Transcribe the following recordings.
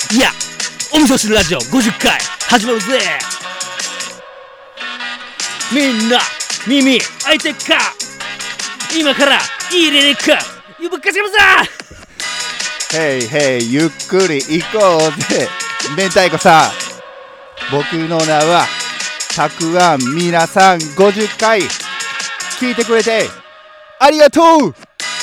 いや、お味噌汁ラジオ50回始まるぜ。みんな耳開いてっか。今から入れねえか。ゆぶっかしまさ。 へいへい、ゆっくり行こうぜ。明太子さん、僕の名はたくあん。皆さん50回聞いてくれてありがとう。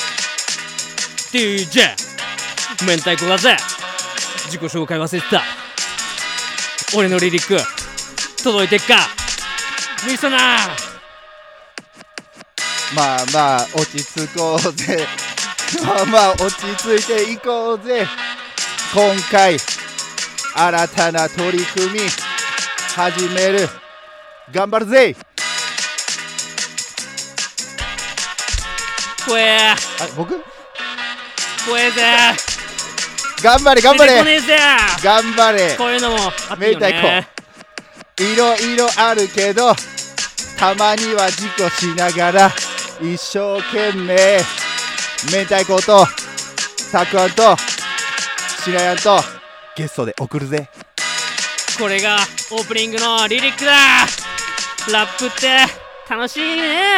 DJ 明太子だぜ。自己紹介忘れてた。俺のリリック届いてっか。ミソナー。 まあまあ落ち着こうぜ。まあまあ落ち着いていこうぜ。今回新たな取り組み始める。頑張るぜ。 怖え。 あ、僕怖えぜ。 頑張れ頑張れ出てこねえぜ。 頑張れ。 こういうのもあっていいよね。 明太子いろいろあるけど、たまには自己しながら一生懸命明太子とたくあんとしなやんとゲストで送るぜ。 これがオープニングのリリックだ。ラップって楽しいね。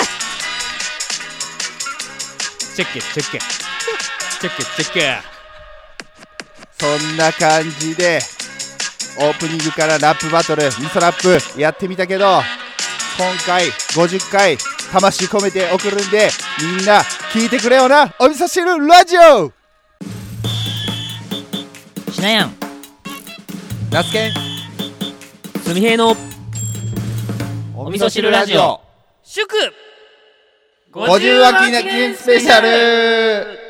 チェックチェックチェックチェック。 そんな感じでオープニングからラップバトル、ミソラップやってみたけど、今回50回魂込めて送るんで、みんな聞いてくれよな。お味噌汁ラジオ。 しなやん、 ナスケン、 すみへいのお味噌汁ラジオ祝 50話記念スペシャル。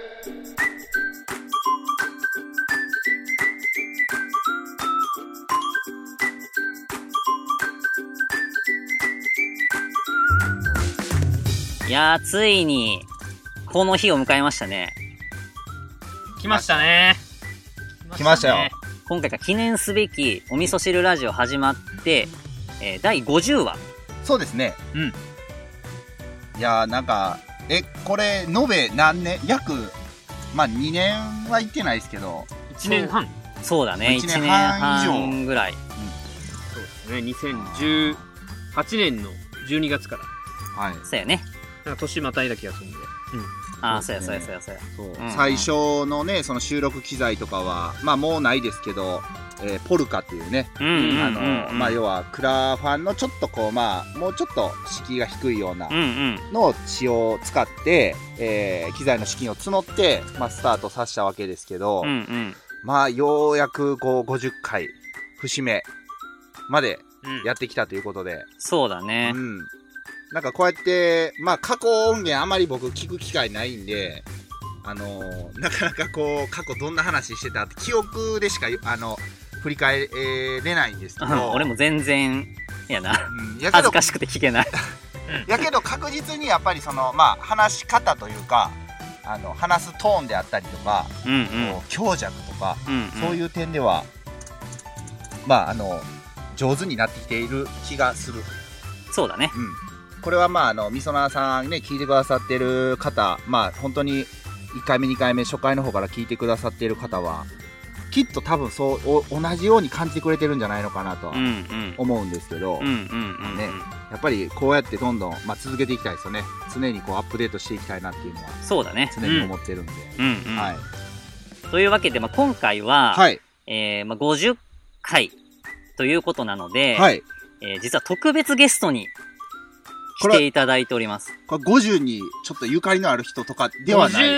いやー、ついにこの日を迎えましたね。 来ましたね。 来ましたよ。 今回が記念すべきお味噌汁ラジオ始まって、第50話。 そうですね。 うん。 いやー、なんかこれ延べ何年、約まあ2年は行ってないですけど、 1年半。 そうだね、 1 1 年年半以上半ぐらい。 そうですね。2018年の12月からはい。 そうやね。 なんか年またいだ気がするんで。 ああ、 そですねそううやそうやそうやそうや。 そう、最初のね、その収録機材とかはまあもうないですけど、ポルカっていうね、 うんうんうんうん。 まあ要はクラファンのちょっとこう、まあもうちょっと敷居が低いようなうんうんの仕様を使って、機材の資金を募って、まあスタートさせたわけですけど、 うんうんまあようやくこう50回節目までうん。 やってきたということで、 そうだね。 うん、なんかこうやってまあ過去音源あまり僕聞く機会ないんで、なかなかこう過去どんな話してたって記憶でしか振り返れないんですけど俺も全然やな。 うん、やけど恥ずかしくて聞けない。 やけど確実にやっぱりそのまあ話し方というか、話すトーンであったりとか、 うんうんこう強弱とか、 うんうん。 そういう点ではまあ上手になってきている気がする。 そうだね。 うん、これはまあみそなさんね、聞いてくださってる方、まあ本当に1回目2回目初回の方から聞いてくださっている方はきっと多分そう同じように感じてくれてるんじゃないのかなとはうんうん。 思うんですけど、 うんうんうん。 ね、やっぱりこうやってどんどん、まあ、続けていきたいですよね。常にこうアップデートしていきたいなっていうのはそうだね。 常に思ってるんで、 うんうん。 はいというわけで、まあ、今回は、 はいまあ、50回ということなので、 はい。 実は特別ゲストに来ていただいております。 これ50にちょっとゆかりのある人とかではない。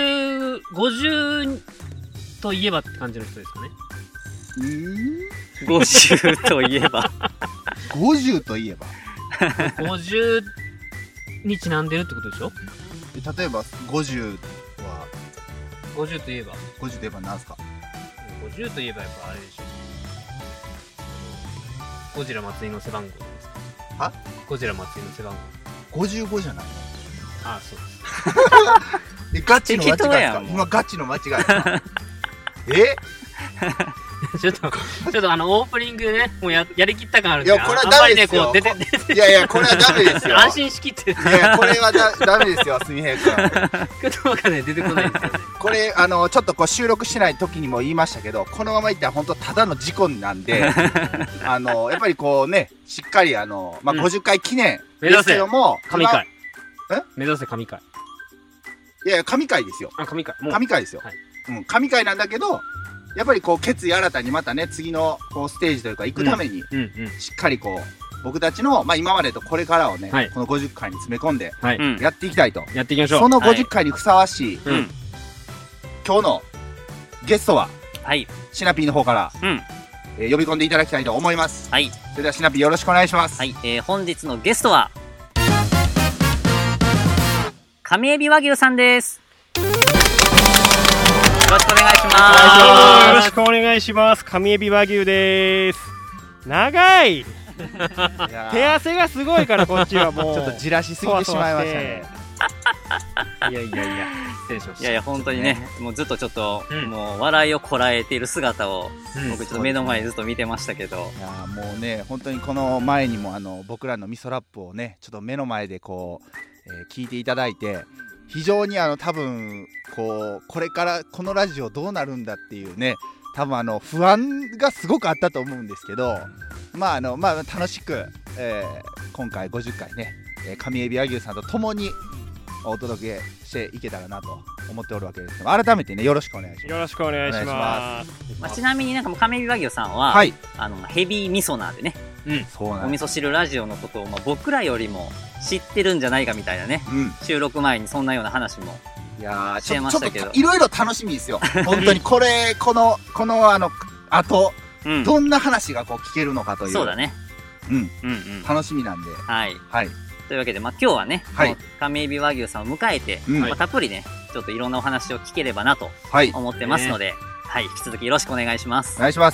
50といえばって感じの人ですかね。 50といえば。 50といえば 50にちなんでるってことでしょ。 例えば50は 50といえば 50といえば何すか。 50といえばやっぱあれでしょ。ゴジラ松井の背番号ですか。 はゴジラ松井の背番号。 55じゃないの。 ああ、そうです。 ガチの間違いですか。 適当やんもう今ガチの間違いですか。えちょっとオープニングでね、もうやりきった感あるんで、 いやこれはダメですよ。 あんまりね、こう出ていやこれはダメですよ。 安心しきっていやこれはダメですよ、すみへい君。 言葉がね出てこないんですよね。 これちょっとこう収録しない時にも言いましたけど、このままいったら本当ただの事故なんでやっぱりこうね、しっかり50回記念ですけども、 神回目指せ神回。 いや神回ですよ。 神回神回ですよ、神回なんだけど、やっぱりこう決意新たにまたね、次のこうステージというか行くために、しっかりこう僕たちの、今までとこれからをね、この50回に詰め込んでやっていきたいと、 やっていきましょう。 その50回にふさわしい、今日のゲストは、シナピーの方から、呼び込んでいただきたいと思います。それではシナピーよろしくお願いします。 本日のゲストは神エビ和牛さんです。よろしくお願いします。 よろしくお願いします。神エビ和牛です。長い手汗がすごいからこっちはもうちょっとじらしすぎてしまいましたね。 いや失礼しました。 いや本当にね、もうずっとちょっと、もう笑いをこらえている姿を、僕ちょっと目の前でずっと見てましたけど、 いやもうね、本当にこの前にも僕らの味噌ラップをね、ちょっと目の前でこう、聞いていただいて、非常に多分これからこのラジオどうなるんだっていうね、多分不安がすごくあったと思うんですけど、楽しく、今回50回ね、神エビ和牛さんと共にお届けしていけたらなと思っておるわけですけど、改めてねよろしくお願いします。 よろしくお願いします。 ちなみになんか神エビ和牛さんは、ヘビーミソナーでね、お味噌汁ラジオのことを、僕らよりも知ってるんじゃないかみたいなね、収録前にそんなような話もしてましたけど、 いろいろ楽しみですよ本当にこの後、どんな話がこう聞けるのかという、 そうだね、 楽しみなんで、 というわけで、今日はね、この神エビ和牛さんを迎えて、たっぷりねちょっといろんなお話を聞ければなと思ってますので、引き続きよろしくお願いします。 お願いします。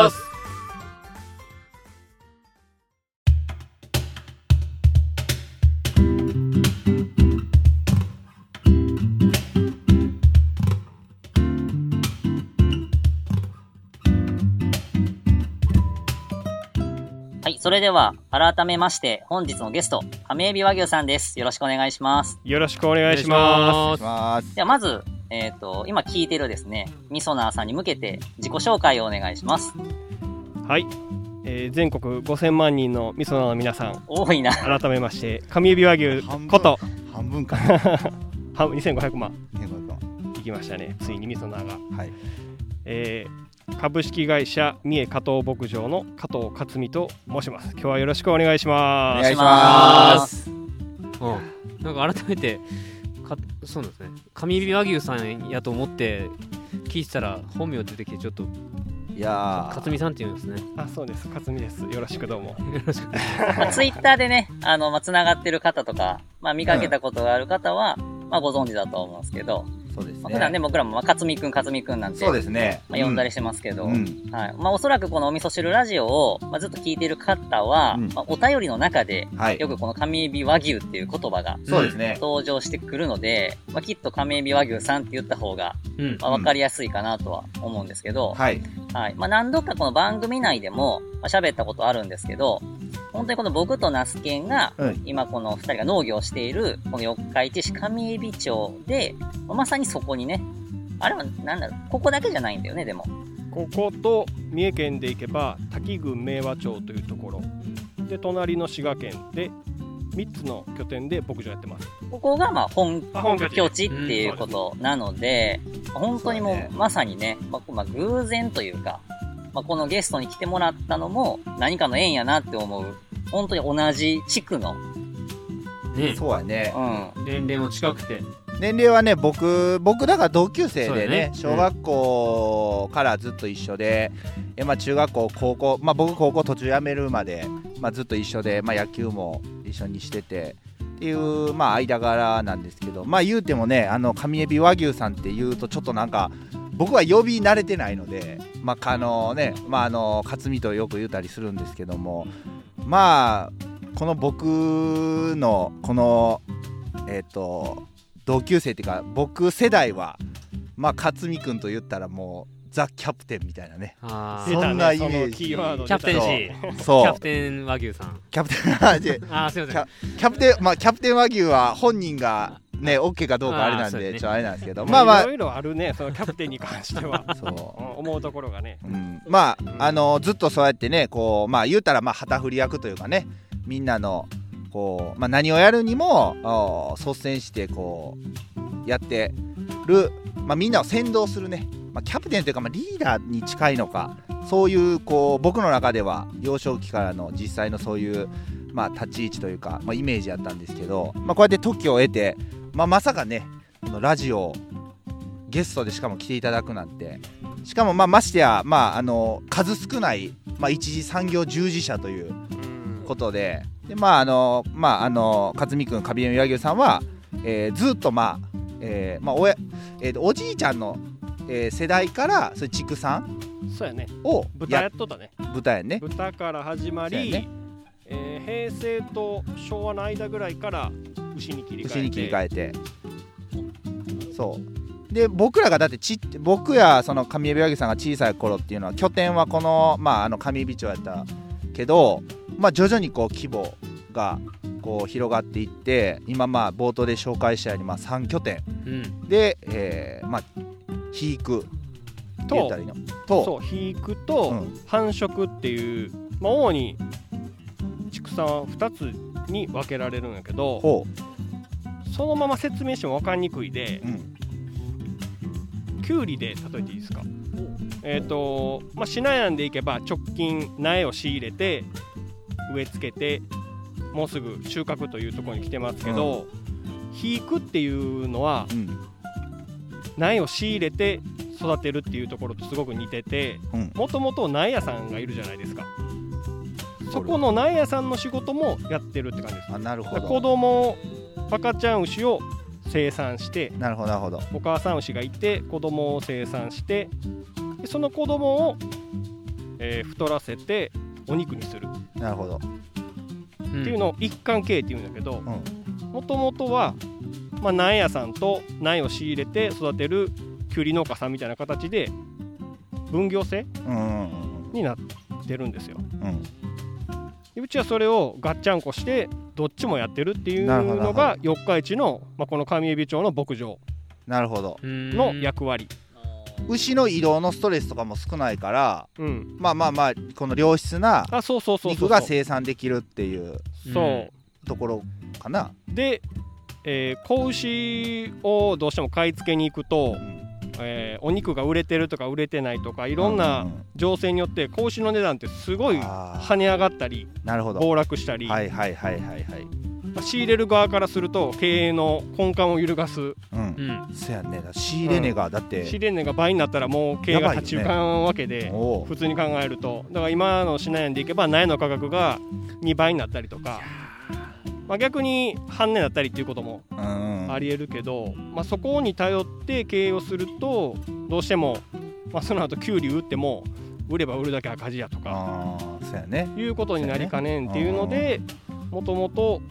それでは改めまして本日のゲスト神エビ和牛さんです。よろしくお願いします。 よろしくお願いします。 ではまず、今聞いてるですねミソナーさんに向けて自己紹介をお願いします。 はい、全国5000万人のミソナーの皆さん、 多いな。 改めまして神エビ和牛こと半分か 2500万いきましたね、ついにミソナーが。株式会社三重加藤牧場の加藤克美と申します。今日はよろしくお願いします。 お願いします。 なんか改めてそうなんですね、神エビ和牛さんやと思って聞いてたら本名出てきて、ちょっと克美さんっていうんですね。 そうです、克美です。よろしくどうも。 よろしく。 ツイッターでねつながってる方とか、見かけたことがある方は、ご存知だと思うんですけど、 そうですね、 普段ね僕らも克美くんなんてそうですね、 呼んだりしてますけど、おそらくこのお味噌汁ラジオを、ずっと聞いてる方は、お便りの中で、よくこの神エビ和牛っていう言葉が登場してくるので、きっと神エビ和牛さんって言った方が、分かりやすいかなとは思うんですけど、何度かこの番組内でも喋ったことあるんですけど、本当にこの僕とナスケンが、今この2人が農業をしているこの四日市市上海老町で、まさにそこにね、あれはここだけじゃないんだよね。でもここと三重県で行けば滝郡明和町というところで、隣の滋賀県で3つの拠点で牧場やってます。 ここが本拠地っていうことなので、本当にもうまさにね、偶然というか、このゲストに来てもらったのも何かの縁やなって思う、本当に同じ地区の、 そうやね、 年齢も近くて、 年齢はね僕だから同級生でね、小学校からずっと一緒で、中学校高校、僕高校途中辞めるまで、ずっと一緒で、野球も一緒にしててっていう、間柄なんですけど、言うてもね、神エビ和牛さんって言うとちょっとなんか僕は呼び慣れてないので、克美とよく言うたりするんですけども、この僕のこの同級生っていうか僕世代は克美くんと言ったらもうザ・キャプテンみたいなね、 そんなイメージ。 キャプテンシー、 そう、 キャプテン和牛さん、 キャプテンすいません、キャプテン和牛は本人がね OK かどうかあれなんでちょっとあれなんですけど、まあまあいろいろあるね、そのキャプテンに関してはそう思うところがね、 まあずっとそうやってねこうまあ言うたらまあ旗振り役というかね、みんなのこうまあ何をやるにも率先してこうやってる、まあみんなを先導するね、まあキャプテンというかまあリーダーに近いのか、そういうこう僕の中では幼少期からの実際のそういうまあ立ち位置というかまあイメージやったんですけど、まあこうやって時を得てまさかねラジオゲストでしかも来ていただくなんて、しかもましてや数少ない一次産業従事者ということで、勝美くんカビエミ和牛さんは、ずっとおじいちゃんの、世代からそういう畜産そうやねを豚やっとったね、 豚やね、 豚から始まり、平成と昭和の間ぐらいから牛に切り替えてそうで、僕らがだって僕やその上海老和牛さんが小さい頃っていうのは拠点はこの上海老町やったけど、徐々にこう規模がこう広がっていって、今冒頭で紹介したように3拠点、で、肥育って言ったらいいのそう肥育と繁殖っていう、主に畜産は2つに分けられるんやけど、そのまま説明しても分かりにくいで、キュウリで例えていいですか。シナヤンでいけば直近苗を仕入れて植え付けてもうすぐ収穫というところに来てますけど、肥育っていうのは、苗を仕入れて育てるっていうところとすごく似てて、もともと苗屋さんがいるじゃないですか。そこの苗屋さんの仕事もやってるって感じです。 なるほど。 子供赤ちゃん牛を生産して、 なるほどなるほど、 お母さん牛がいて子供を生産して、でその子供を、太らせてお肉にする。 なるほど。 っていうのを一貫経営っていうんだけど、もともとは、苗屋さんと苗を仕入れて育てるきゅうり農家さんみたいな形で分業制になってるんですよ。うちはそれをガッチャンコしてどっちもやってるっていうのが四日市の、この上海老町の牧場の役割。 牛の移動のストレスとかも少ないから、この良質な肉が生産できるっていうところかな。 で、子牛をどうしても買い付けに行くと、お肉が売れてるとか売れてないとかいろんな情勢によって子牛の値段ってすごい跳ね上がったり暴落したり、仕入れる側からすると経営の根幹を揺るがす。 そうやね。仕入れ値がだって仕入れ値が倍になったらもう経営が立ち行かんわけで、普通に考えるとだから今のシナヤンでいけば苗の価格が2倍になったりとか、逆に半値だったりっていうこともありえるけど、そこに頼って経営をするとどうしても、その後キュウリ売っても売れば売るだけ赤字やとかいうことになりかねんっていうので、もともと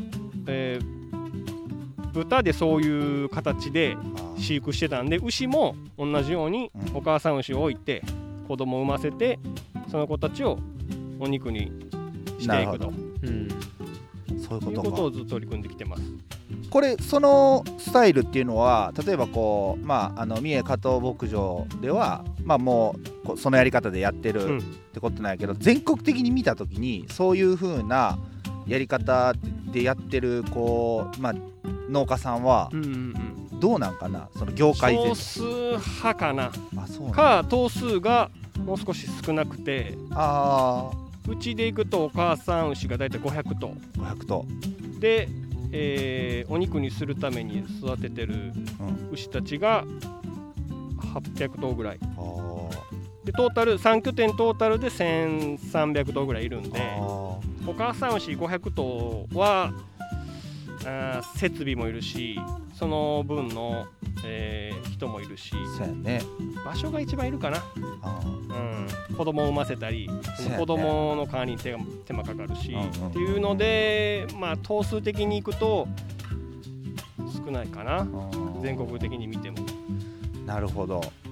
豚でそういう形で飼育してたんで、牛も同じようにお母さん牛を置いて子供を産ませてその子たちをお肉にしていくと。 そういうことをずっと取り組んできてます。 これそのスタイルっていうのは例えばこう三重加藤牧場ではもうそのやり方でやってるってことなんやけど、全国的に見た時にそういう風なやり方でやってるこう農家さんはどうなんかな、その業界全体。 少数派かな。か頭数がもう少し少なくて、うちでいくとお母さん牛がだいたい500頭で、お肉にするために育ててる牛たちが800頭ぐらいで、トータル3拠点トータルで1300頭ぐらいいるんで、お母さん牛500頭は設備もいるしその分の、人もいるし、場所が一番いるかな。子供を産ませたり、子供の代わりに手間かかるし、っていうので、頭数的にいくと少ないかな、全国的に見ても。 なるほど。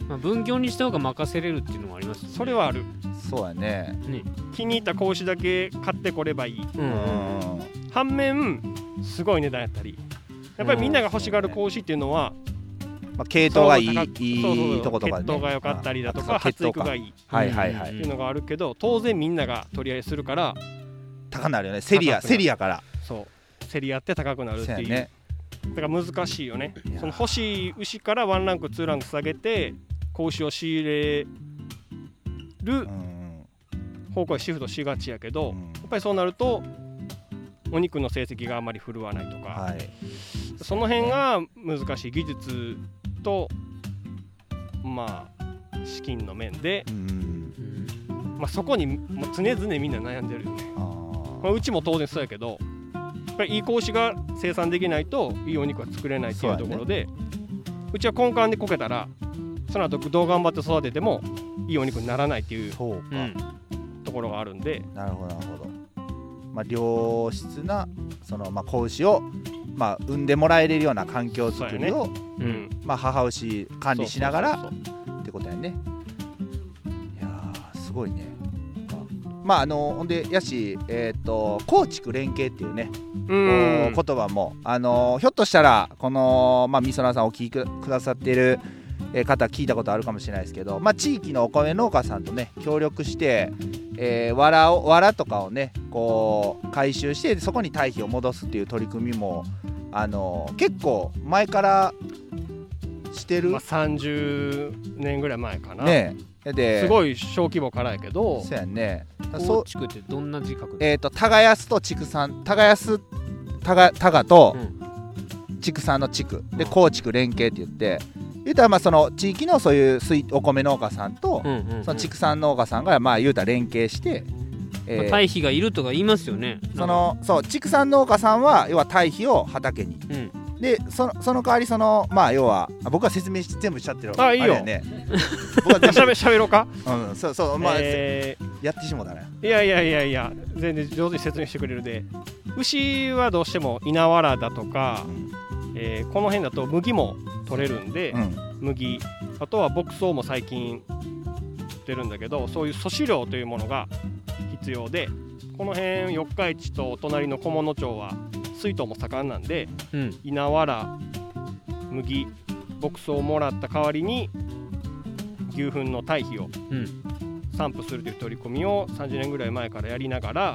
まあ、分業にした方が任せれるっていうのもありますよね。 それはある。 そうやね。 気に入った子牛だけ買ってこればいい。反面すごい値段やったり、やっぱりみんなが欲しがる子牛っていうのは、 まあ、系統がいいとことかね、 血統が良かったりだとか発育がいいっていうのがあるけど、当然みんなが取り合いするから高なるよね。競りやから。 そう競り合って高くなるっていう、ね、だから難しいよね。その欲しい牛から1ランク2ランク下げて子牛を仕入れる方向へシフトしがちやけど、やっぱりそうなるとお肉の成績があまり振るわないとか、はい、その辺が難しい。技術とまあ資金の面で、まあ、そこに常々みんな悩んでるよね。まあ、うちも当然そうやけど、やっぱりいい子牛が生産できないといいお肉は作れないっていうところで、うちは根幹でこけたらその後どう頑張って育ててもいいお肉にならないっていうところがあるんで。 なるほどなるほど。まあ、良質なその、まあ、子牛を、まあ、産んでもらえれるような環境づくりを、まあ、母牛管理しながらってことやね。いやすごいね。まあほんでやし、耕畜連携っていうね、言葉もひょっとしたらこの、まあ、みそなさんお聞きくださっている方聞いたことあるかもしれないですけど、まあ、地域のお米農家さんとね協力して、藁とかをねこう回収してそこに堆肥を戻すっていう取り組みも結構前からしてる、 まあ、30年ぐらい前かな、 ね、ですごい小規模からやけど。 そうやね。 耕畜ってどんな字書くの？ 耕すと畜産、耕すたがと畜産の畜で耕畜連携って言って言うたら、まあその地域のそういうお米農家さんとその畜産農家さんがまあ言うたら連携して、 堆肥がいるとか言いますよね。 そう畜産農家さんは要は堆肥を畑に、でその代わりまあ要は僕は説明全部しちゃってる。 あ、いいよ。 あれやね。 僕は喋ろうか。 そうまあ、やってしもたね。 いや全然上手に説明してくれるで。牛はどうしても稲わらだとか、この辺だと麦も取れるんで、麦、あとは牧草も最近売ってるんだけど、そういう粗飼料というものが必要で、この辺四日市と隣の菰野町は水稲も盛んなんで、稲わら、麦、牧草をもらった代わりに牛糞の堆肥を散布するという取り組みを30年ぐらい前からやりながら、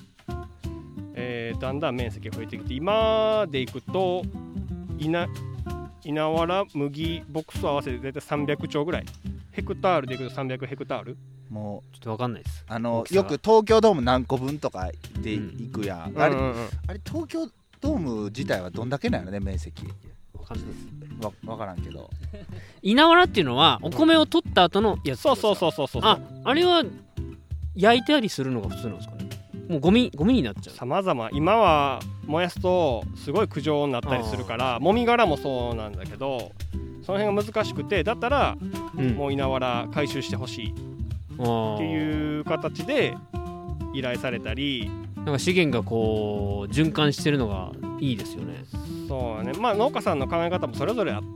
だんだん面積が増えてきて、今でいくと稲わら、麦、牧草合わせて大体300丁ぐらい、ヘクタールでいくと300ヘクタール。 もうちょっと分かんないです。 よく東京ドーム何個分とかで行くやん、あれ東京ドーム自体はどんだけなんやろね、面積。 分かんないです。 分からんけど、 稲わらっていうのはお米を取った後のやつ。 そう。 あれは焼いたりするのが普通なんですかね。もうゴミになっちゃう。 様々今は燃やすとすごい苦情になったりするから、もみ殻もそうなんだけど、その辺が難しくて、だったら、もう稲わら回収してほしいっていう形で依頼されたり、 なんか資源がこう循環してるのがいいですよね。 そうね。まあ農家さんの考え方もそれぞれあって、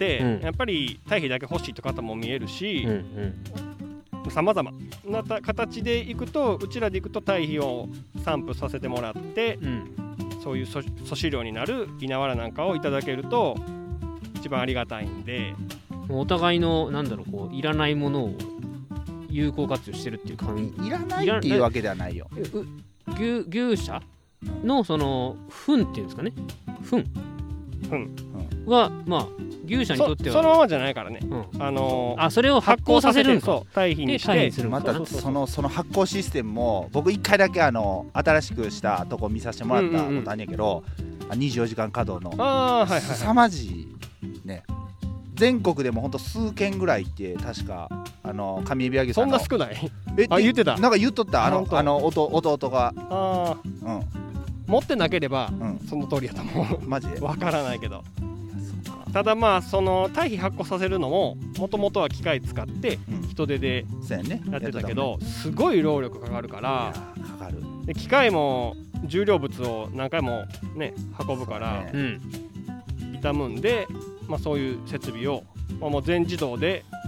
やっぱり堆肥だけ欲しいって方も見えるし、様々な形でいくと、うちらでいくと堆肥を散布させてもらって、そういう粗飼料になる稲わらなんかをいただけると一番ありがたいんで、 お互いのこういらないものを有効活用してるっていう感じ。 いらないっていうわけではないよ。 牛舎のその糞っていうんですかね、糞はまあ牛舎にとってはそのままじゃないからね、 それを発酵させるんか、 堆肥にしてまたその発酵システムも僕1回だけ新しくしたとこ見させてもらったことあるんやけど、24時間稼働の凄まじいね。全国でもほんと数件ぐらいって確か上海老和牛さんの。 そんな少ない？言ってた。 なんか言っとった弟が。 持ってなければその通りやと思う。 マジで。 わからないけど。ただまあその堆肥発酵させるのももともとは機械使って人手でやってたけど、すごい労力かかるから。 かかる。 で機械も重量物を何回もね運ぶから傷むんで、まあそういう設備をもう全自動で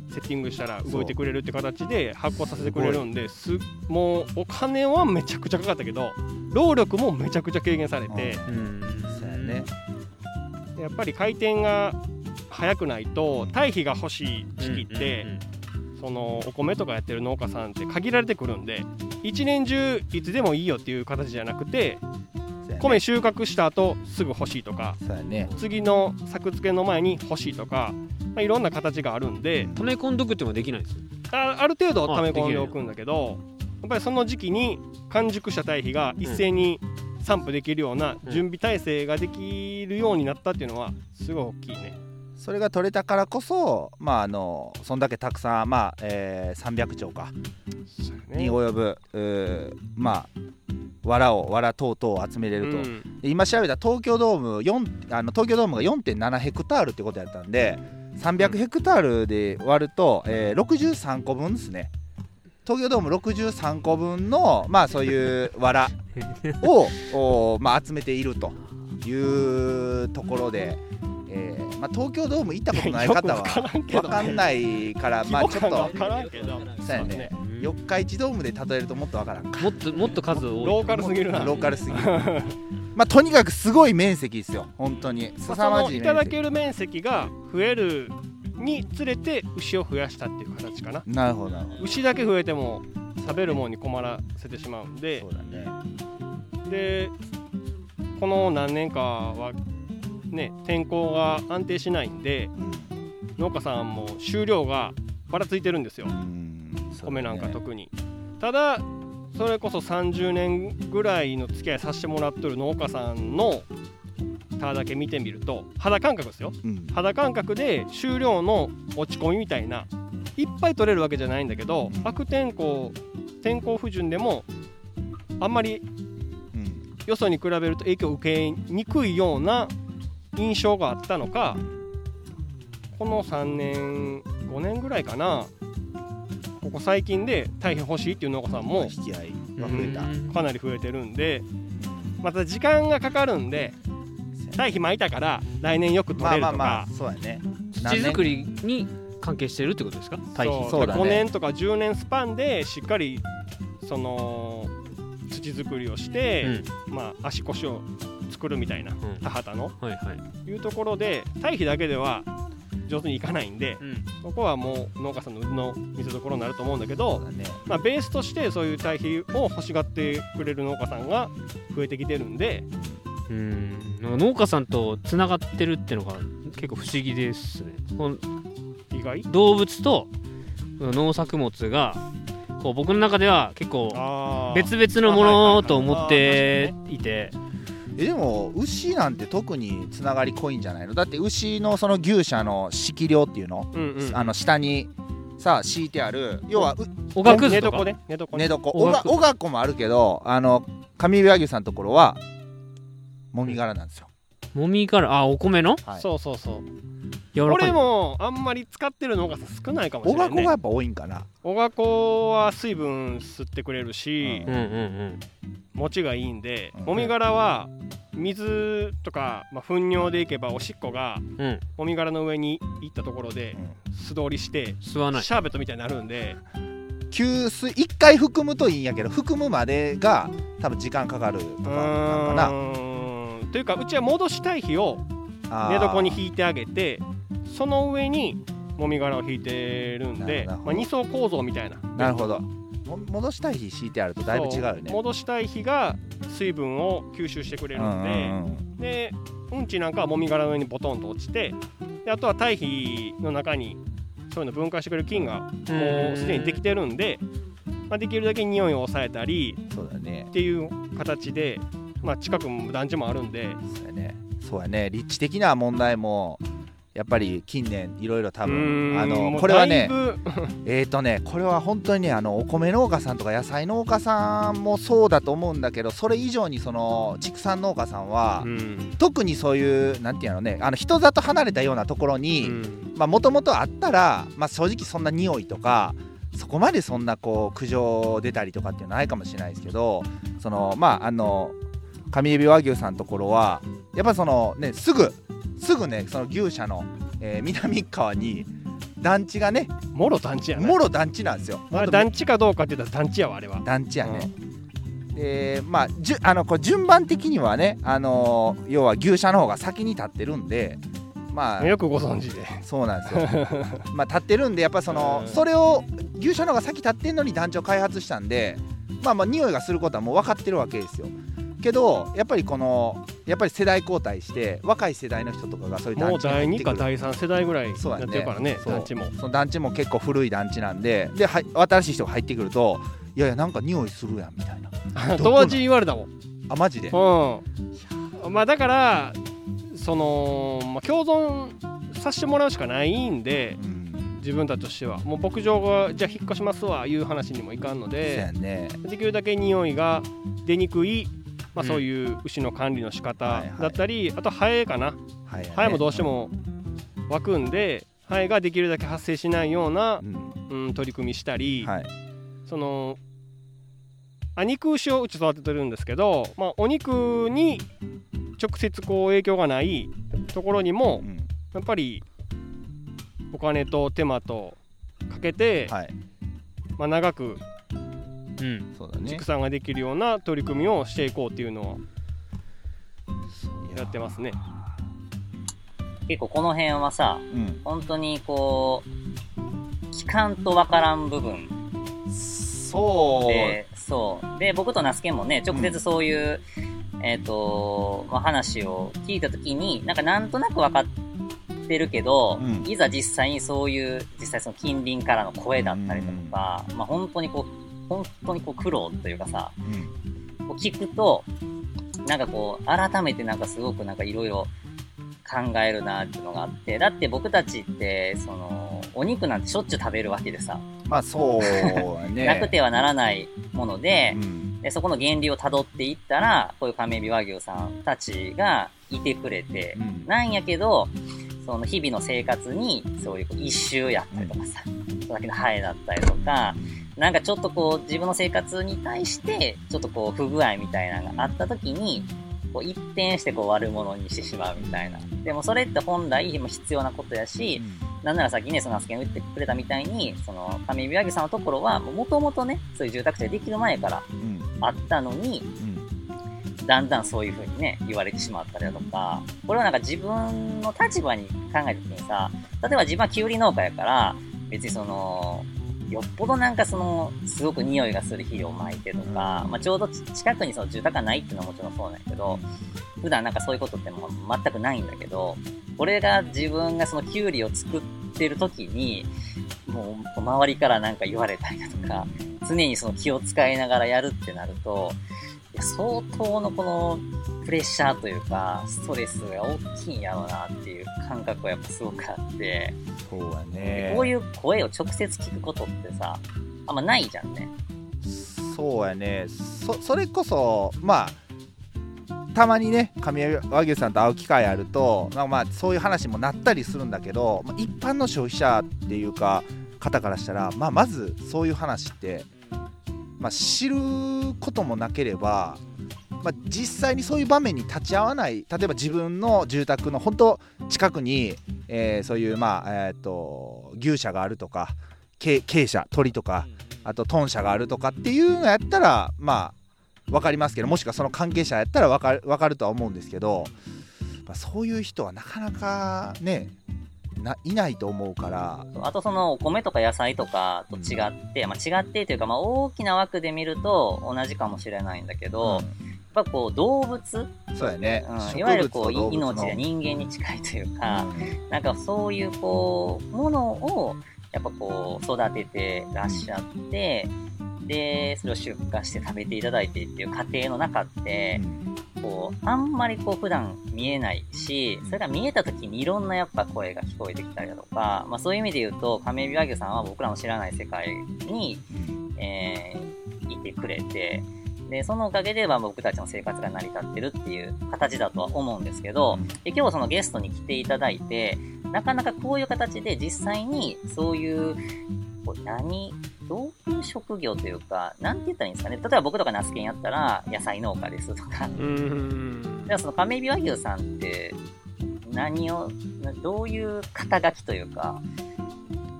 セッティングしたら動いてくれるって形で発酵させてくれるんで、もうお金はめちゃくちゃかかったけど労力もめちゃくちゃ軽減されて、 そうやね、 やっぱり回転が早くないと堆肥が欲しい時期って、そのお米とかやってる農家さんって限られてくるんで、一年中いつでもいいよっていう形じゃなくて、米収穫した後すぐ欲しいとか、次の作付けの前に欲しいとか、いろんな形があるんで、 溜め込んどくってもできないです。 ある程度溜め込んでおくんだけど、やっぱりその時期に完熟した堆肥が一斉に散布できるような準備体制ができるようになったっていうのはすごい大きいね。 それが取れたからこそ、そんだけたくさん、300丁かに及ぶ、藁等々を集めれると、今調べた東京ドームが 4.7 ヘクタールってことやったんで、300ヘクタールで割ると、63個分ですね。東京ドーム63個分の、そういう藁を集めているというところで、東京ドーム行ったことない方は分かんないから、ちょっとそうやね、四日市ドームで例えるともっと分からんか、 もっと数多い、 ローカルすぎるな、 ローカルすぎるとにかくすごい面積ですよ、本当に凄まじい面積。 いただける面積が増えるにつれて牛を増やしたっていう形かな。 なるほど。 牛だけ増えても食べるものに困らせてしまうんで、 そうだね。 でこの何年かはね、天候が安定しないんで、農家さんも収量がばらついてるんですよ、米なんか特に。ただそれこそ30年ぐらいの付き合いさせてもらってる農家さんの田だけ見てみると、肌感覚ですよ、肌感覚で収量の落ち込みみたいな、いっぱい取れるわけじゃないんだけど、悪天候天候不順でもあんまりよそに比べると影響を受けにくいような印象があったのか、この3年5年ぐらいかな、ここ最近で堆肥欲しいっていう農家さんも引き合いが増えた、 かなり増えてるんで、また時間がかかるんで、堆肥巻いたから来年よく取れるとか、 そうやね、 土作りに関係してるってことですか、堆肥。 そうだね、5年とか10年スパンでしっかりその土作りをして、足腰を作るみたいな、田畑の、いうところで堆肥だけでは上手にいかないんで、そこはもう農家さんの腕の見せ所になると思うんだけど、ベースとしてそういう堆肥を欲しがってくれる農家さんが増えてきてるんで、 なんか農家さんとつながってるっていうのが結構不思議ですね。 意外、 動物と農作物がこう僕の中では結構別々のものと思っていて、 でも牛なんて特につながり濃いんじゃないの？だって牛のその牛舎の敷量っていうの、下にさ敷いてある、要はおがくずとか寝床おがこもあるけど、上岩牛さんのところはもみ殻なんですよ。 もみ殻、お米の、 そうこれもあんまり使ってる農家さん少ないかもしれないね。 おがこがやっぱ多いんかな。 おがこは水分吸ってくれるし、持ちがいいんで、もみ殻は水とか、糞尿でいけばおしっこがもみ殻の上に行ったところで素通りしてシャーベットみたいになるんで、 給水1回含むといいんやけど、含むまでが多分時間かかるとかなんかな。 というか、うちは戻し堆肥を寝床に引いてあげて、その上にもみ殻を引いてるんで、2層構造みたいな。 なるほど。戻し堆肥敷いてあるとだいぶ違うよね。 戻し堆肥が水分を吸収してくれるんで、うんちなんかはもみ殻の上にボトンと落ちて、であとは堆肥の中にそういうの分解してくれる菌がもうすでにできてるんで、できるだけ匂いを抑えたりっていう形で、近くも団地もあるんで、 そうやね、立地的な問題もやっぱり近年いろいろ多分これはねこれは本当にね、お米農家さんとか野菜農家さんもそうだと思うんだけど、それ以上にその畜産農家さんは、特にそういうなんていうのね、人里離れたようなところにもともとあったら、正直そんな匂いとかそこまでそんなこう苦情出たりとかっていうのはないかもしれないですけど、その上海老和牛さんのところはやっぱそのね、すぐね、その牛舎の、南側に団地がねもろ団地やね。 もろ団地なんですよ。 団地かどうかって言ったら団地やわあれは。 団地やね。でまあこれ順番的にはね要は牛舎の方が先に立ってるんで。まあ、 よくご存知で。 そうなんですよまあ立ってるんでやっぱそれを牛舎の方が先立ってんのに団地を開発したんでまあ匂いがすることはもう分かってるわけですよ。けどやっぱり世代交代して若い世代の人とかがそういう団地に入ってくる。 もう第2か第3世代ぐらいになってるからね。団地もその団地も結構古い団地なんで新しい人が入ってくるといやなんか匂いするやんみたいな友達言われたもん。 あマジで。 まあだから共存させてもらうしかないんで、自分たちとしてはもう牧場がじゃあ引っ越しますわいう話にもいかんので、できるだけ匂いが出にくい、そういう牛の管理の仕方だったり、あとハエかな、ハエもどうしても湧くんでハエができるだけ発生しないような、取り組みしたり、肉牛をうち育ててるんですけど、お肉に直接影響がないところにも、やっぱりお金と手間とかけて、長く畜産ができるような取り組みをしていこうっていうのをやってますね。 結構この辺はさ、本当に聞かんとわからん部分で僕とナスケンもね直接そういう、話を聞いたときになんとなく分かってるけど、いざ実際にその近隣からの声だったりとか、本当に苦労というかさ、聞くと改めてすごくいろいろ考えるなっていうのがあって、だって僕たちってお肉なんてしょっちゅう食べるわけでさ、 そうねなくてはならないもので、でそこの原理をたどっていったらこういう亀エビ和牛さんたちがいてくれて、なんやけどその日々の生活にそういう一周やったりとかさ、それだけのハエだったりとか、ちょっと自分の生活に対してちょっと不具合みたいなのがあった時に一転して悪者にしてしまうみたいな。でもそれって本来必要なことやし、なんならさっきね、ナスケンが言ってくれたみたいに、亀エビ和牛さんのところは、もともとね、そういう住宅地ができる前からあったのに、だんだんそういう風にね、言われてしまったりだとか、これは自分の立場に考えた時にさ、例えば自分はキュウリ農家やから、別によっぽどすごく匂いがする肥料を撒いてとか、ちょうど近くに住宅がないっていうのはもちろんそうなんやけど、普段そういうことってもう全くないんだけど、これが自分がキュウリを作ってる時に、もう周りから言われたりだとか、常に気を使いながらやるってなると、相当のこのプレッシャーというか、ストレスが大きいんやろうなっていう感覚はやっぱすごくあって、 そうだね。 こういう声を直接聞くことってさ、あんまないじゃんね。 そうやね。それこそたまにね亀エビ和牛さんと会う機会あると、そういう話もなったりするんだけど、一般の消費者っていうか方からしたら、まずそういう話って、知ることもなければ、実際にそういう場面に立ち会わない、例えば自分の住宅の本当近くに、そういう牛舎があるとか鶏舎鳥とかあと豚舎があるとかっていうのやったら分かりますけど、もしくはその関係者やったら分かるとは思うんですけど、そういう人はなかなかねいないと思うから。 あとお米とか野菜とかと違って、違ってというか、大きな枠で見ると同じかもしれないんだけど、やっぱ動物、 そうやね、 いわゆる命や人間に近いというか、そういうものをやっぱ育ててらっしゃって、でそれを出荷して食べていただいてっていう過程の中って、あんまり普段見えないし、それが見えた時にいろんなやっぱ声が聞こえてきたりだとか、そういう意味で言うと亀エビ和牛さんは僕らの知らない世界に、いてくれて、でそのおかげで僕たちの生活が成り立ってるっていう形だとは思うんですけど、で今日ゲストに来ていただいて、なかなかこういう形で実際にそういうどういう職業というか、なんて言ったらいいんですかね。例えば僕とかナスケンやったら野菜農家ですとか。じゃあ亀エビ和牛さんってどういう肩書きというか、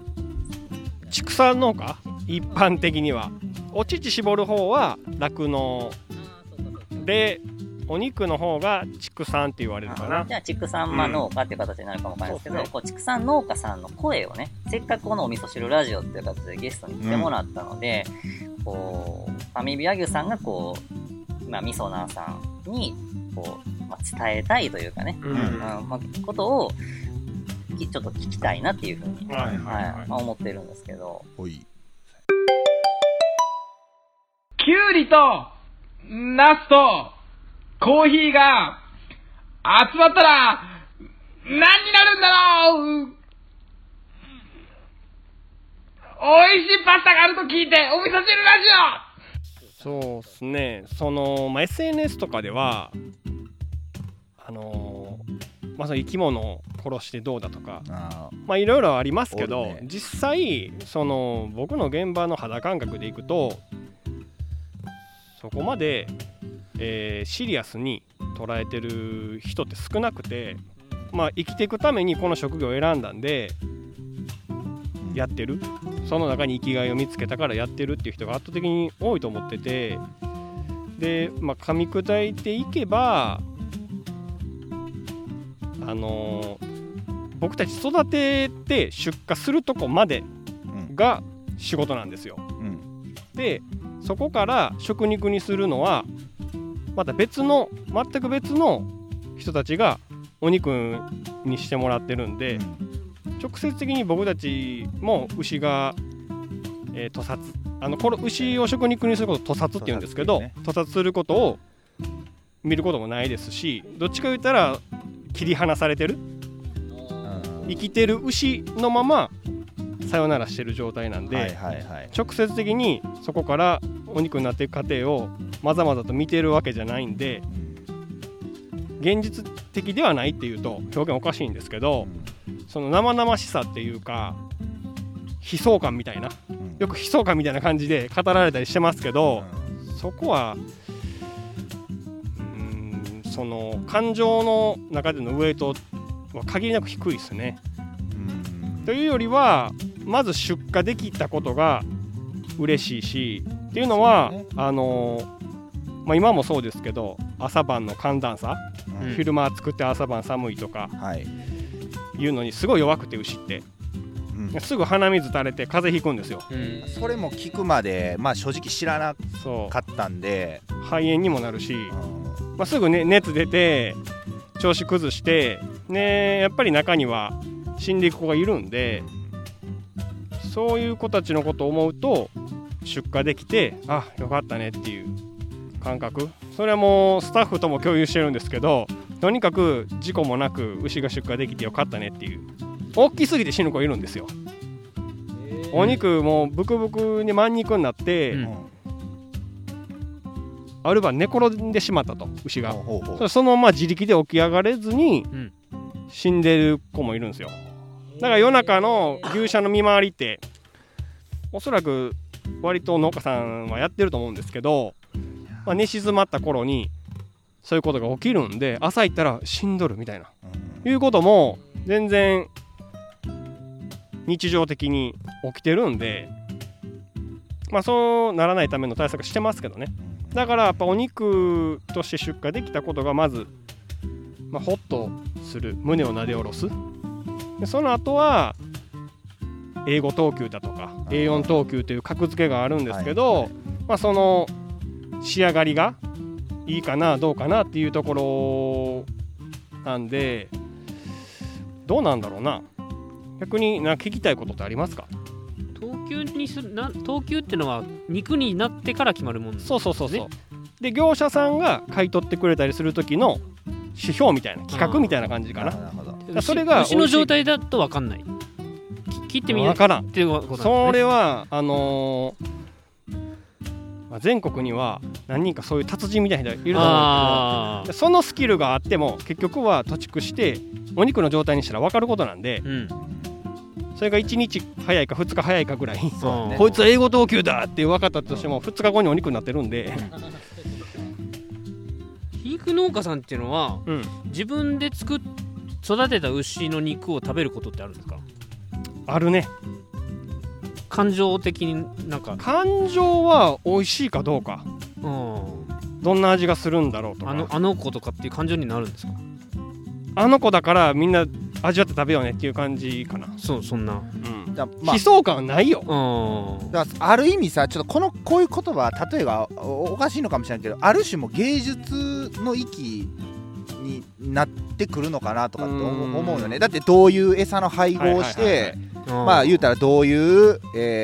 畜産農家、一般的にはお乳搾る方は酪農で、お肉の方が畜産って言われるかな。 じゃあ畜産農家っていう形になるかもわからないですけど、こう畜産農家さんの声をね、せっかくこのお味噌汁ラジオっていう形でゲストに来てもらったので、こうファミリー和牛さんがこう、味噌ナーさんにこう、伝えたいというかね、ことをちょっと聞きたいなっていうふうに、思ってるんですけど。 キュウリとナスとコーヒーが集まったら何になるんだろう。美味しいパスタがあると聞いてお味噌汁ラジオ。そうですね。SNS とかではその生き物を殺してどうだとか、いろいろありますけど、実際僕の現場の肌感覚でいくと、そこまで、シリアスに捉えてる人って少なくて、生きていくためにこの職業を選んだんでやってる、その中に生きがいを見つけたからやってるっていう人が圧倒的に多いと思ってて、で、噛み砕いていけば僕たち育てて出荷するとこまでが仕事なんですよ、でそこから食肉にするのはまた全く別の人たちがお肉にしてもらってるんで、直接的に僕たちも牛が、屠殺、これ牛を食肉にすることを屠殺って言うんですけど、屠殺することを見ることもないですし、どっちか言ったら切り離されてる、生きてる牛のままさよならしてる状態なんで、直接的にそこからお肉になっていく過程をまざまざと見てるわけじゃないんで、現実的ではないっていうと表現おかしいんですけど、その生々しさっていうか悲壮感みたいな、よく悲壮感みたいな感じで語られたりしてますけど、そこはその感情の中でのウエイトは限りなく低いですね。というよりはまず出荷できたことが嬉しいしっていうのは、今もそうですけど、朝晩の寒暖差、昼間暑くて朝晩寒いとか、いうのにすごい弱くて牛って、すぐ鼻水垂れて風邪ひくんですよ、 それも聞くまで、正直知らなかったんで、 肺炎にもなるし、すぐ、熱出て調子崩して、やっぱり中には死んでいく子がいるんで、そういう子たちのことを思うと出荷できてよかったねっていう感覚、それはもうスタッフとも共有してるんですけど、とにかく事故もなく牛が出荷できてよかったねっていう。大きすぎて死ぬ子いるんですよ。お肉もブクブクに満肉になって、ある晩寝転んでしまったと、牛が。そのまま自力で起き上がれずに死んでる子もいるんですよ。だから夜中の牛舎の見回りっておそらく割と農家さんはやってると思うんですけど、寝静まった頃にそういうことが起きるんで、朝行ったら死んどるみたいな、いうことも全然日常的に起きてるんで、そうならないための対策してますけどね。だからやっぱお肉として出荷できたことがまず、ホッとする、胸をなで下ろす。でその後はA5等級だとか A4 等級という格付けがあるんですけど、その仕上がりがいいかなどうかなっていうところなんで、どうなんだろうな。逆に聞きたいことってありますか？ 等級ってのは肉になってから決まるもんですね。 そうで業者さんが買い取ってくれたりする時の指標みたいな、企画みたいな感じかな。それが牛の状態だと分かんない、切ってみない分からんっていうことなんですね。 それは全国には何人かそういう達人みたいな人がいると思うんですけど、そのスキルがあっても結局は土畜してお肉の状態にしたら分かることなんで、それが1日早いか2日早いかぐらい、こいつはA5等級だって分かったとしても2日後にお肉になってるんで肥育農家さんっていうのは、自分で育てた牛の肉を食べることってあるんですか？ あるね。 感情的になんか感情は美味しいかどうか、どんな味がするんだろうとかあの子とかっていう感情になるんですか？ あの子だからみんな味わって食べようねっていう感じかな。 そんな、 悲壮感はないよ。 だからある意味さ、ちょっとこういう言葉例えがおかしいのかもしれないけど、ある種も芸術の域になってくるのかなとかって思うよね。だってどういう餌の配合をして、まあ言うたらどういう、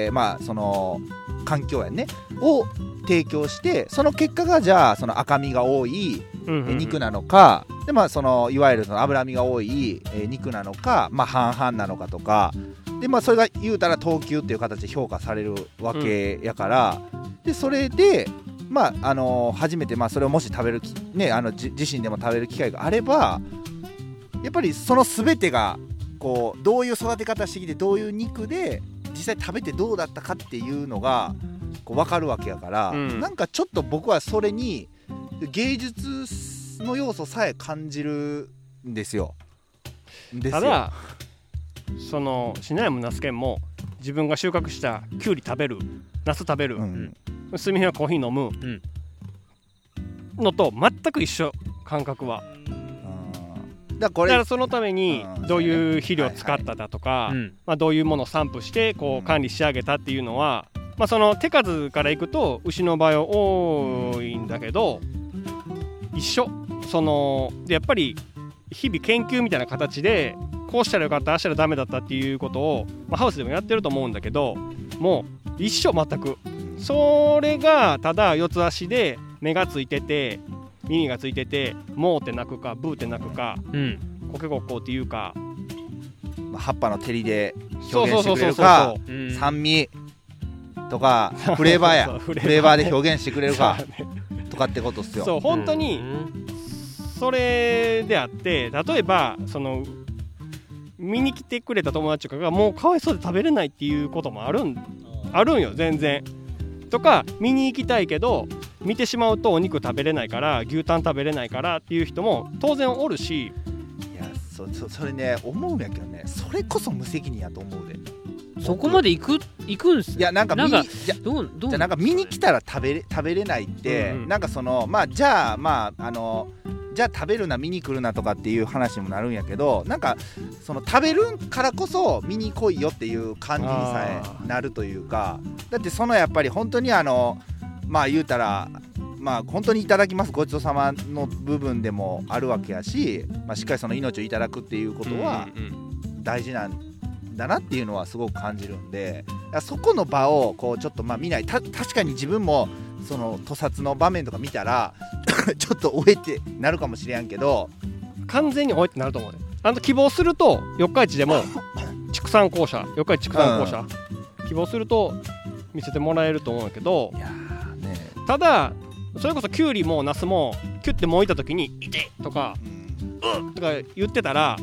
まあその環境やねを提供して、その結果がじゃあその赤身が多い肉なのか、でまあそのいわゆるその脂身が多い肉なのか、まあ半々なのかとかで、まあそれが言うたら等級っていう形で評価されるわけやから、でそれでまあ初めてまあそれをもし食べるね、自身でも食べる機会があれば、やっぱりその全てがこうどういう育て方してきて、どういう肉で実際食べてどうだったかっていうのがこう分かるわけやから、なんかちょっと僕はそれに芸術の要素さえ感じるんですよ。 ただそのシナヤもナスケンも自分が収穫したキュウリ食べる、ナス食べる、スミヘはコーヒー飲むのと全く一緒、感覚は。だからそのためにどういう肥料を使っただとか、まあ、どういうものを散布してこう管理し上げたっていうのは、まあ、その手数からいくと牛の場合は多いんだけど一緒。そのでやっぱり日々研究みたいな形でこうしたらよかった、ああしたらダメだったっていうことを、まあ、ハウスでもやってると思うんだけど、もう一緒全く。それがただ四つ足で目がついてて耳がついてて、モーって鳴くかブーって鳴くか、コケコッコーっていうか、 まあ、葉っぱの照りで表現してくれるか、酸味とかフレーバーやフレーバーで表現してくれるかとかってことっすよ。 そう本当にそれであって、例えばその見に来てくれた友達とかがもうかわいそうで食べれないっていうこともあるんよ全然。とか見に行きたいけど見てしまうとお肉食べれないから、牛タン食べれないからっていう人も当然おるし。 いやそれね思うんやけどね、それこそ無責任やと思うで。 そこまで行くんすね。 いやなんか見に来たら食べれないって、なんかそのまあじゃあじゃあ食べるな見に来るなとかっていう話にもなるんやけど、なんかその食べるからこそ見に来いよっていう感じにさえなるというか、だってそのやっぱり本当にまあ言うたらまあ本当にいただきますごちそうさまの部分でもあるわけやし、まあ、しっかりその命をいただくっていうことは大事なんだなっていうのはすごく感じるんで、そこの場をこうちょっとまあ見ない。確かに自分もその屠殺の場面とか見たらちょっとおえってなるかもしれんけど、 完全におえってなると思うね。希望すると四日市でも畜産公社、四日市畜産公社、希望すると見せてもらえると思うんだけど、いや、ね、ただそれこそキュウリもナスもキュッてもいた時に「いて!」とか「とか言ってたら、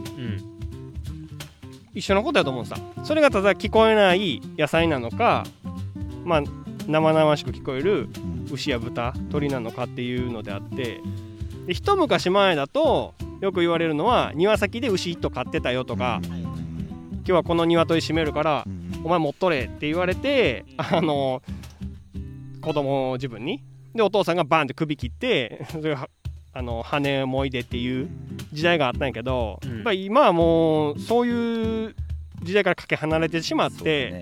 一緒のことやと思うんさ。それがただ聞こえない野菜なのか、まあ生々しく聞こえる牛や豚鳥なのかっていうのであって、で一昔前だとよく言われるのは庭先で牛1頭飼ってたよとか、今日はこの鶏閉めるからお前持っとれって言われて、子供自分にでお父さんがバンって首切ってそれ羽もいでっていう時代があったんやけど、やっぱり今はもうそういう時代からかけ離れてしまって、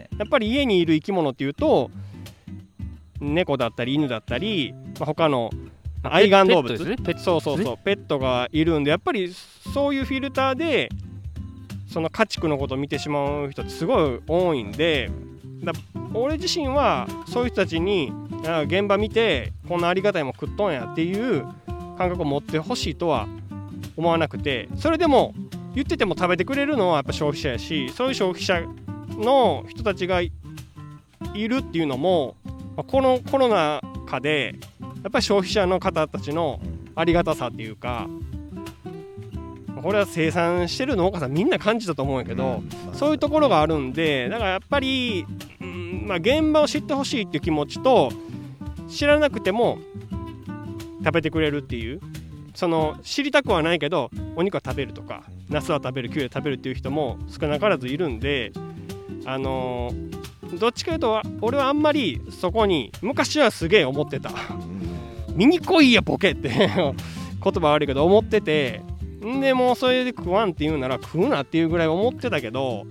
やっぱり家にいる生き物っていうと猫だったり犬だったり、他の愛玩動物、ペットがいるんで、やっぱりそういうフィルターでその家畜のことを見てしまう人ってすごい多いんで、俺自身はそういう人たちに現場見てこんなありがたいもん食っとんやっていう感覚を持ってほしいとは思わなくて、それでも言ってても食べてくれるのはやっぱ消費者やし、そういう消費者の人たちがいるっていうのも、このコロナ禍でやっぱり消費者の方たちのありがたさっていうか、これは生産してる農家さんみんな感じたと思うんやけど、そういうところがあるんで、だからやっぱり、現場を知ってほしいっていう気持ちと、知らなくても食べてくれるっていう、その知りたくはないけどお肉は食べるとかナスは食べる、キュウリは食べるっていう人も少なからずいるんで、 どっちかというと俺はあんまりそこに昔はすげえ思ってた見に来いやボケって言葉悪いけど思ってて、んでもうそれで食わんって言うなら食うなっていうぐらい思ってたけど、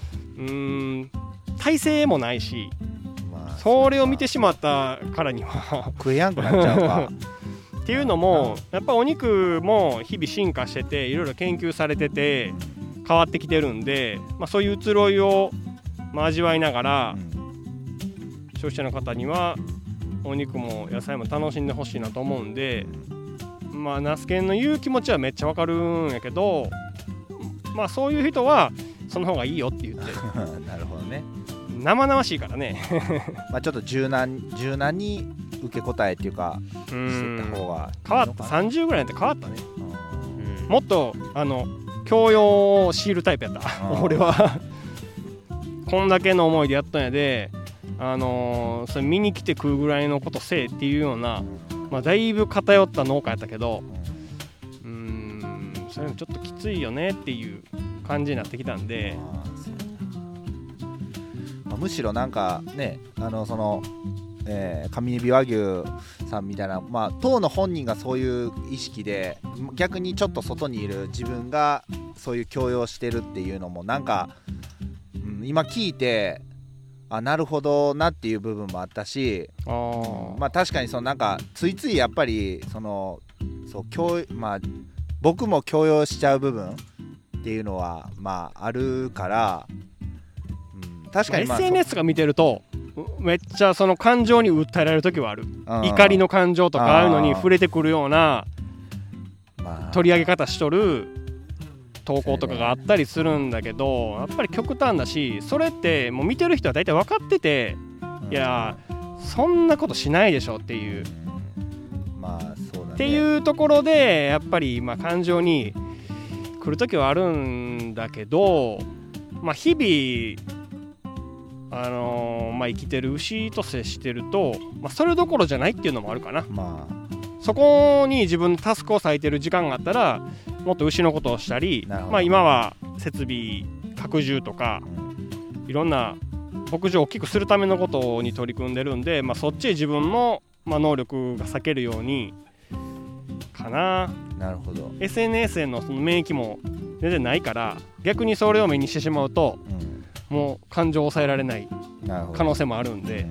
体勢もないし、それを見てしまったからには食えやんくなっちゃうかっていうのもやっぱお肉も日々進化してていろいろ研究されてて変わってきてるんで、そういう移ろいを味わいながら、消費者の方にはお肉も野菜も楽しんでほしいなと思うんで、ナスケンの言う気持ちはめっちゃわかるんやけど、そういう人はその方がいいよって言ってなるほどね、 生々しいからねちょっと柔軟に受け答えっていうかしてた方が変わった。30ぐらいになって変わったね。もっと教養を強いるタイプやった俺はこんだけの思いでやったんやで、それ見に来て食うぐらいのことせえっていうような、だいぶ偏った農家やったけど、それもちょっときついよねっていう感じになってきたんで、 むしろなんかね、その、上海和牛さんみたいな、当の本人がそういう意識で逆にちょっと外にいる自分がそういう強要してるっていうのもなんか、今聞いてなるほどなっていう部分もあったし、確かにそのなんかついついやっぱり僕も強要しちゃう部分っていうのはあるから、確かに SNS が見てるとめっちゃその感情に訴えられる時はある。怒りの感情とかああいうのに触れてくるような取り上げ方しとる投稿とかがあったりするんだけど、やっぱり極端だし、それってもう見てる人は大体分かってて、いやそんなことしないでしょっていう、 そうだね、 っていうところでやっぱり感情に来る時はあるんだけど、日々生きてる牛と接してると、それどころじゃないっていうのもあるかな。そこに自分のタスクを割いてる時間があったらもっと牛のことをしたり、今は設備拡充とか、いろんな牧場を大きくするためのことに取り組んでるんで、そっちへ自分の、能力が割けるようにかな。 なるほど。 SNS へのその免疫も全然ないから、逆にそれを目にしてしまうと、もう感情を抑えられない可能性もあるんで、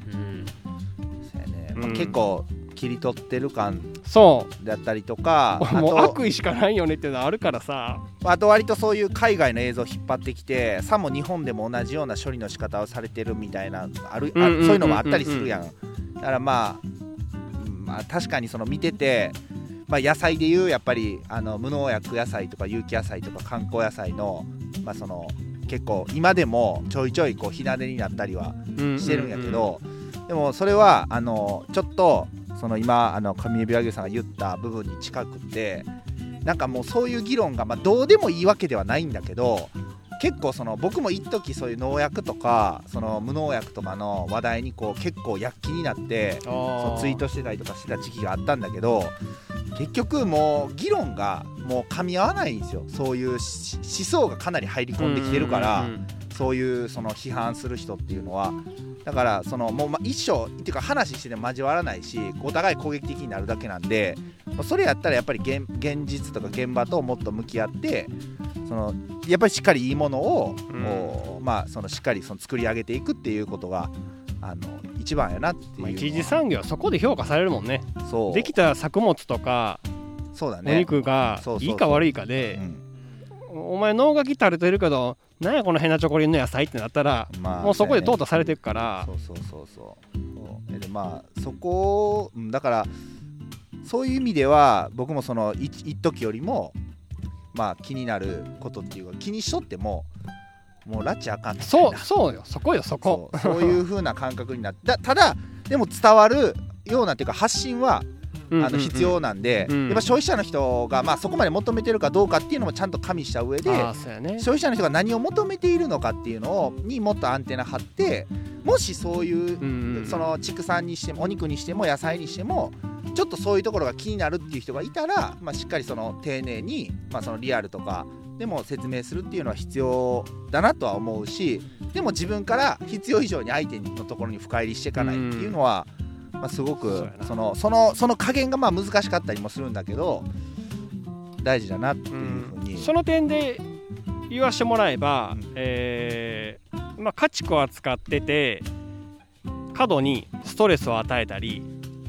結構切り取ってる感だったりとか、 もう悪意しかないよねっていうのはあるからさ、 あと割とそういう海外の映像を引っ張ってきて、さも日本でも同じような処理の仕方をされてるみたいなそういうのもあったりするやん。だから確かにその見てて、野菜でいうやっぱり無農薬野菜とか有機野菜とか観光野菜の、その結構今でもちょいちょい火種になったりはしてるんやけど、でもそれはちょっとその今上海和牛さんが言った部分に近くて、なんかもうそういう議論がどうでもいいわけではないんだけど、結構僕も一時そういう農薬とかその無農薬とかの話題に結構躍起になってそのツイートしてたりとかしてた時期があったんだけど、結局もう議論がもう噛み合わないんですよ。そういう思想がかなり入り込んできてるから、そういうその批判する人っていうのは、だからもう一生っていうか話してても交わらないし、お互い攻撃的になるだけなんで、それやったらやっぱり現実とか現場ともっと向き合って、やっぱりしっかりいいものを、しっかり作り上げていくっていうことが一番やなっていう。 一次産業はそこで評価されるもんね。できた作物とかそうだね、 お肉がいいか悪いかで、お前脳がき垂れてるけどなんやこの変なチョコリンの野菜ってなったら、もうそこで淘汰されていくから。 でそこだからそういう意味では僕も一時よりも気になることっていうか、気にしとってももう拉致あかんみたいな、 そうよ、そこよ、そこ。 そういう風な感覚になってただでも伝わるようなっていうか発信は必要なんで、やっぱ消費者の人がそこまで求めてるかどうかっていうのもちゃんと加味した上で、消費者の人が何を求めているのかっていうのにもっとアンテナ張って、もしそういうその畜産にしてもお肉にしても野菜にしてもちょっとそういうところが気になるっていう人がいたら、しっかり丁寧にそのリアルとかでも説明するっていうのは必要だなとは思うし、でも自分から必要以上に相手のところに深入りしていかないっていうのは、すごくその加減が難しかったりもするんだけど大事だなっていうふうに、 その点で言わしてもらえば、家畜を扱ってて過度にストレスを与えたり、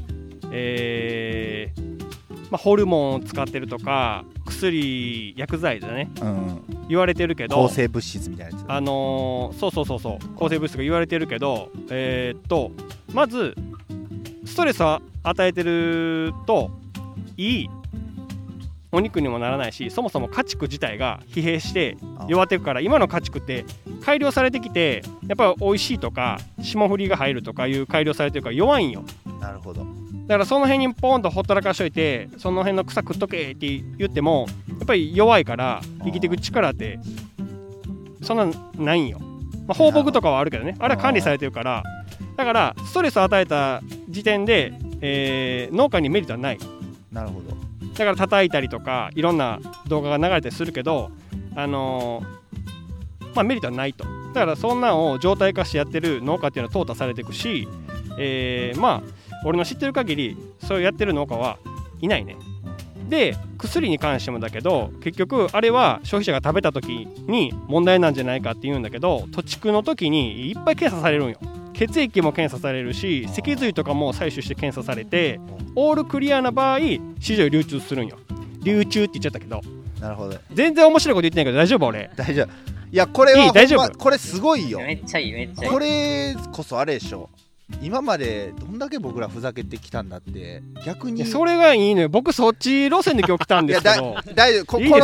ホルモンを使ってるとか薬剤だね、言われてるけど抗生物質みたいなやつ、 そう抗生物質が言われてるけど、まずストレスを与えてるといいお肉にもならないし、そもそも家畜自体が疲弊して弱ってるから、今の家畜って改良されてきてやっぱり美味しいとか霜降りが入るとかいう改良されてるから弱いんよ。 なるほど。 だからその辺にポンとほったらかしといて、その辺の草食っとけって言ってもやっぱり弱いから生きていく力ってそんなないんよ。放牧とかはあるけどね、あれは管理されてるから。だからストレスを与えた時点で、農家にメリットはない。 なるほど。 だから叩いたりとかいろんな動画が流れたりするけど、メリットはないと。だからそんなんを常態化してやってる農家っていうのは淘汰されていくし、俺の知ってる限りそうやってる農家はいないね。で薬に関してもだけど、結局あれは消費者が食べた時に問題なんじゃないかって言うんだけど、土地区の時にいっぱい検査されるんよ。血液も検査されるし、脊髄とかも採取して検査されて、オールクリアな場合市場に流通するんよ。流通って言っちゃったけど、 なるほど。 全然面白いこと言ってないけど大丈夫？俺大丈夫。いやこれは大丈夫。 これすごいよ。 めっちゃいいめっちゃいい。 これこそあれでしょ、今までどんだけ僕らふざけてきたんだって。逆にそれがいいのよ。僕そっち路線で今日来たんですけど大丈夫。この後いる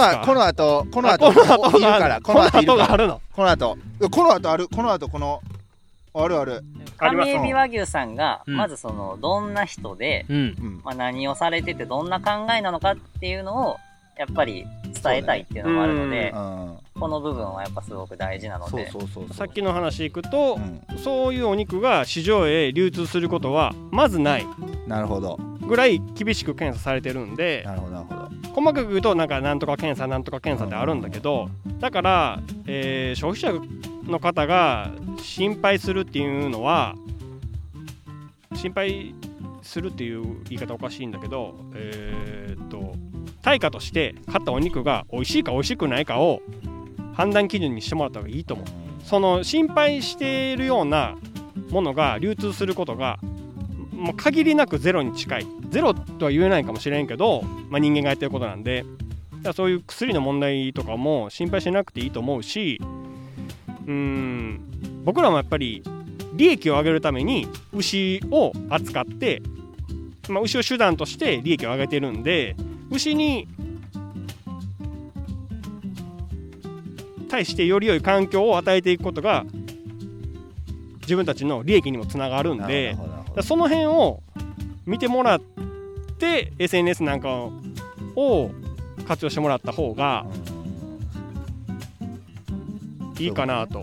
から。この後があるの。この後このある上エビ和牛さんがまずそのどんな人で、何をされててどんな考えなのかっていうのをやっぱり伝えたいっていうのもあるので、この部分はやっぱすごく大事なので、 さっきの話いくと、そういうお肉が市場へ流通することはまずない。 なるほど。 ぐらい厳しく検査されてるんで、 なるほどなるほど。 細かく言うとなんとか検査なんとか検査ってあるんだけど、だから、消費者の方が心配するっていうのは、心配するっていう言い方おかしいんだけど、対価として買ったお肉が美味しいか美味しくないかを判断基準にしてもらった方がいいと思う。その心配しているようなものが流通することがもう限りなくゼロに近い。ゼロとは言えないかもしれんけど、人間がやってることなんで、だからそういう薬の問題とかも心配しなくていいと思うし、僕らもやっぱり利益を上げるために牛を扱って、牛を手段として利益を上げてるんで、牛に対してより良い環境を与えていくことが自分たちの利益にもつながるんで、その辺を見てもらって SNS なんかを活用してもらった方がいいかなと。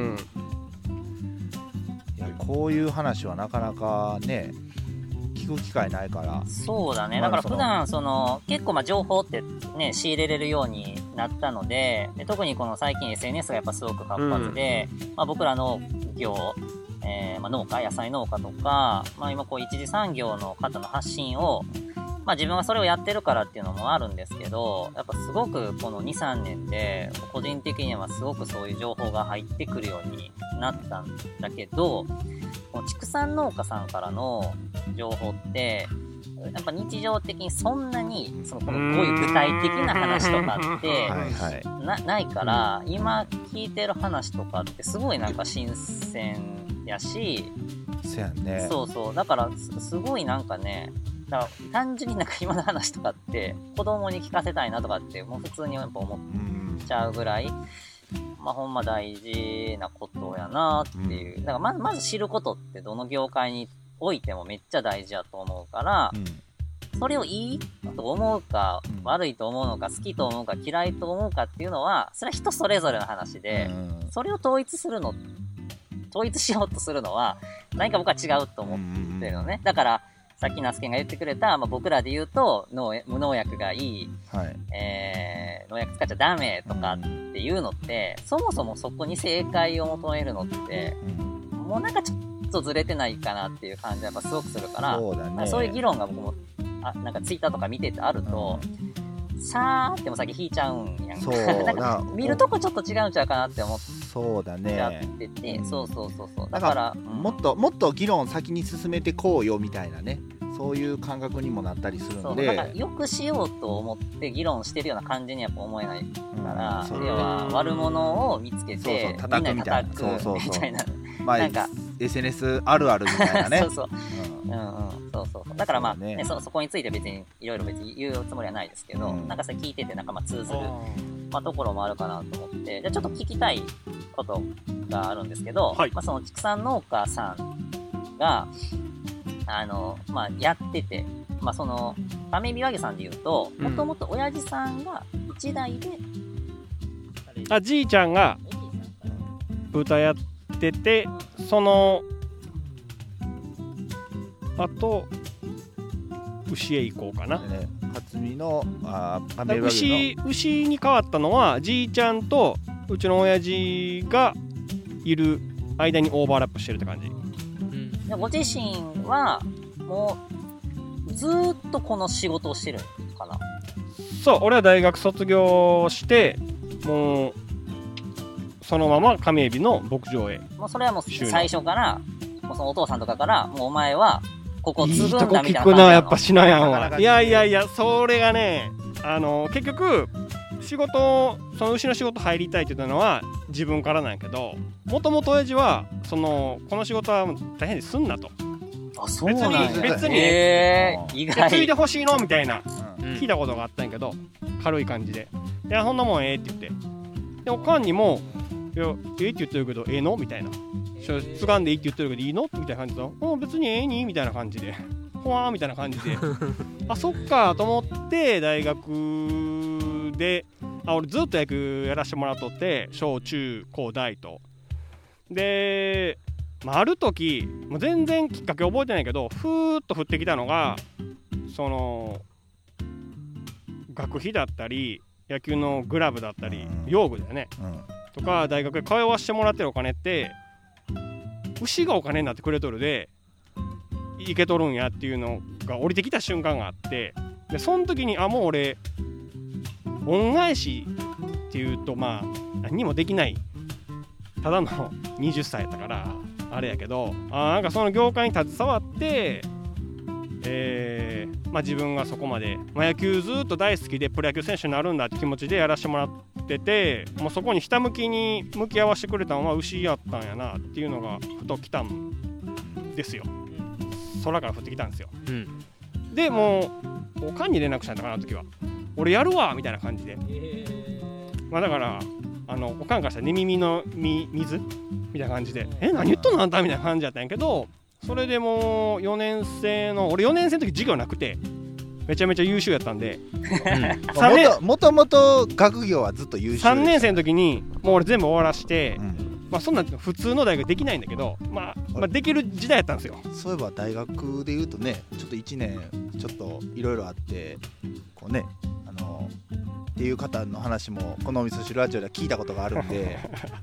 いやこういう話はなかなかね聞く機会ないから。 そうだね。だから普段結構情報ってね仕入れれるようになったので、特にこの最近 SNS がやっぱすごく活発で、僕らの業農家、野菜農家とか、今一次産業の方の発信を、自分はそれをやってるからっていうのもあるんですけど、やっぱすごくこの 2,3 年で個人的にはすごくそういう情報が入ってくるようになったんだけど、この畜産農家さんからの情報ってやっぱ日常的にそんなにこういう具体的な話とかってないから、今聞いてる話とかってすごい新鮮やし、そうだからすごいだから単純に今の話とかって子供に聞かせたいなとかってもう普通にやっぱ思っちゃうぐらい、ほんま大事なことやなっていう。だからまず知ることってどの業界においてもめっちゃ大事やと思うから、それをいいと思うか、悪いと思うのか、好きと思うか、嫌いと思うかっていうのはそれは人それぞれの話で、それを統一しようとするのは何か僕は違うと思ってるのね。だからさっきナスケンが言ってくれた、僕らで言うと無農薬がいい、 農薬使っちゃダメとかっていうのって、そもそもそこに正解を求めるのって、もうなんかちょっとずれてないかなっていう感じはやっぱすごくするから、そういう議論が僕も、なんかツイッターとか見ててあると、さーっても先引いちゃうんやんか。なんか見るとこちょっと違うんちゃうかなって思って。 そうだね。 やってて、そうだから、 もっと議論を先に進めてこうよみたいなね。そういう感覚にもなったりするので、 だからよくしようと思って議論してるような感じにやっぱ思えないから、要は悪者を見つけて叩くみたいな、まあ、なんか SNS あるあるみたいなね。そうだからまあ、ね、そこについて別にいろいろ別に言うつもりはないですけど、なんかそれ聞いててなんかまあ通ずるところもあるかなと思って、じゃあちょっと聞きたいことがあるんですけど、まあその畜産農家さんがまあ、やってて、まあ、その、亀見和牛さんで言うと、もともと親父さんが一代で、 じいちゃんが豚やってて、その、あと、牛へ行こうかな。 初見の、 亀見和牛の牛に変わったのは、じいちゃんとうちの親父がいる間にオーバーラップしてるって感じ。 ご自身はもうずーっとこの仕事をしてるのかな。 そう、俺は大学卒業してもうそのまま亀エビの牧場へ。 もうそれはもう最初からもうそのお父さんとかからもうお前はここを継ぐんだみたいな感じなの。 いいとこ聞くな、やっぱしなやんわ。いやそれがね、結局仕事、その牛の仕事入りたいって言ったのは自分からなんやけど、もともと親父はこの仕事は大変にすんなと。 そうなんや。 別に意外。 継いでほしいのみたいな、聞いたことがあったんやけど、軽い感じで、いやそんなもんって言って、でおかんにもいやって言ってるけどのみたいな、つがんでいいって言ってるけどいいのみたいな感じで、別ににみたいな感じで、ほわーみたいな感じでそっかと思って大学で、俺ずっと野球やらせてもらっとって、小中高大とで、ある時もう全然きっかけ覚えてないけど、ふーっと降ってきたのが、その学費だったり野球のグラブだったり、用具だよね、とか大学で通わしてもらってるお金って牛がお金になってくれとるでいけとるんやっていうのが降りてきた瞬間があって、でその時にもう俺恩返しっていうとまあ何にもできないただの20歳やったからあれやけど、なんかその業界に携わって、自分がそこまで、野球ずっと大好きでプロ野球選手になるんだって気持ちでやらせてもらってて、もうそこにひたむきに向き合わせてくれたのは牛やったんやなっていうのがふときたんですよ。空から降ってきたんですよ、でもうおかんに連絡したんだから、あの時は俺やるわみたいな感じで、だからおかんからしたら寝耳の水みたいな感じで、何言っとんのあんたみたいな感じだったんやけど、それでもう俺4年生の時授業なくてめちゃめちゃ優秀やったんで、 もともと学業はずっと優秀で、 3年生の時にもう俺全部終わらして、そんな普通の大学できないんだけど、できる時代やったんですよ。 そういえば大学でいうとね、ちょっと1年ちょっといろいろあってこうね、っていう方の話もこのお味噌汁ラジオでは聞いたことがあるんで、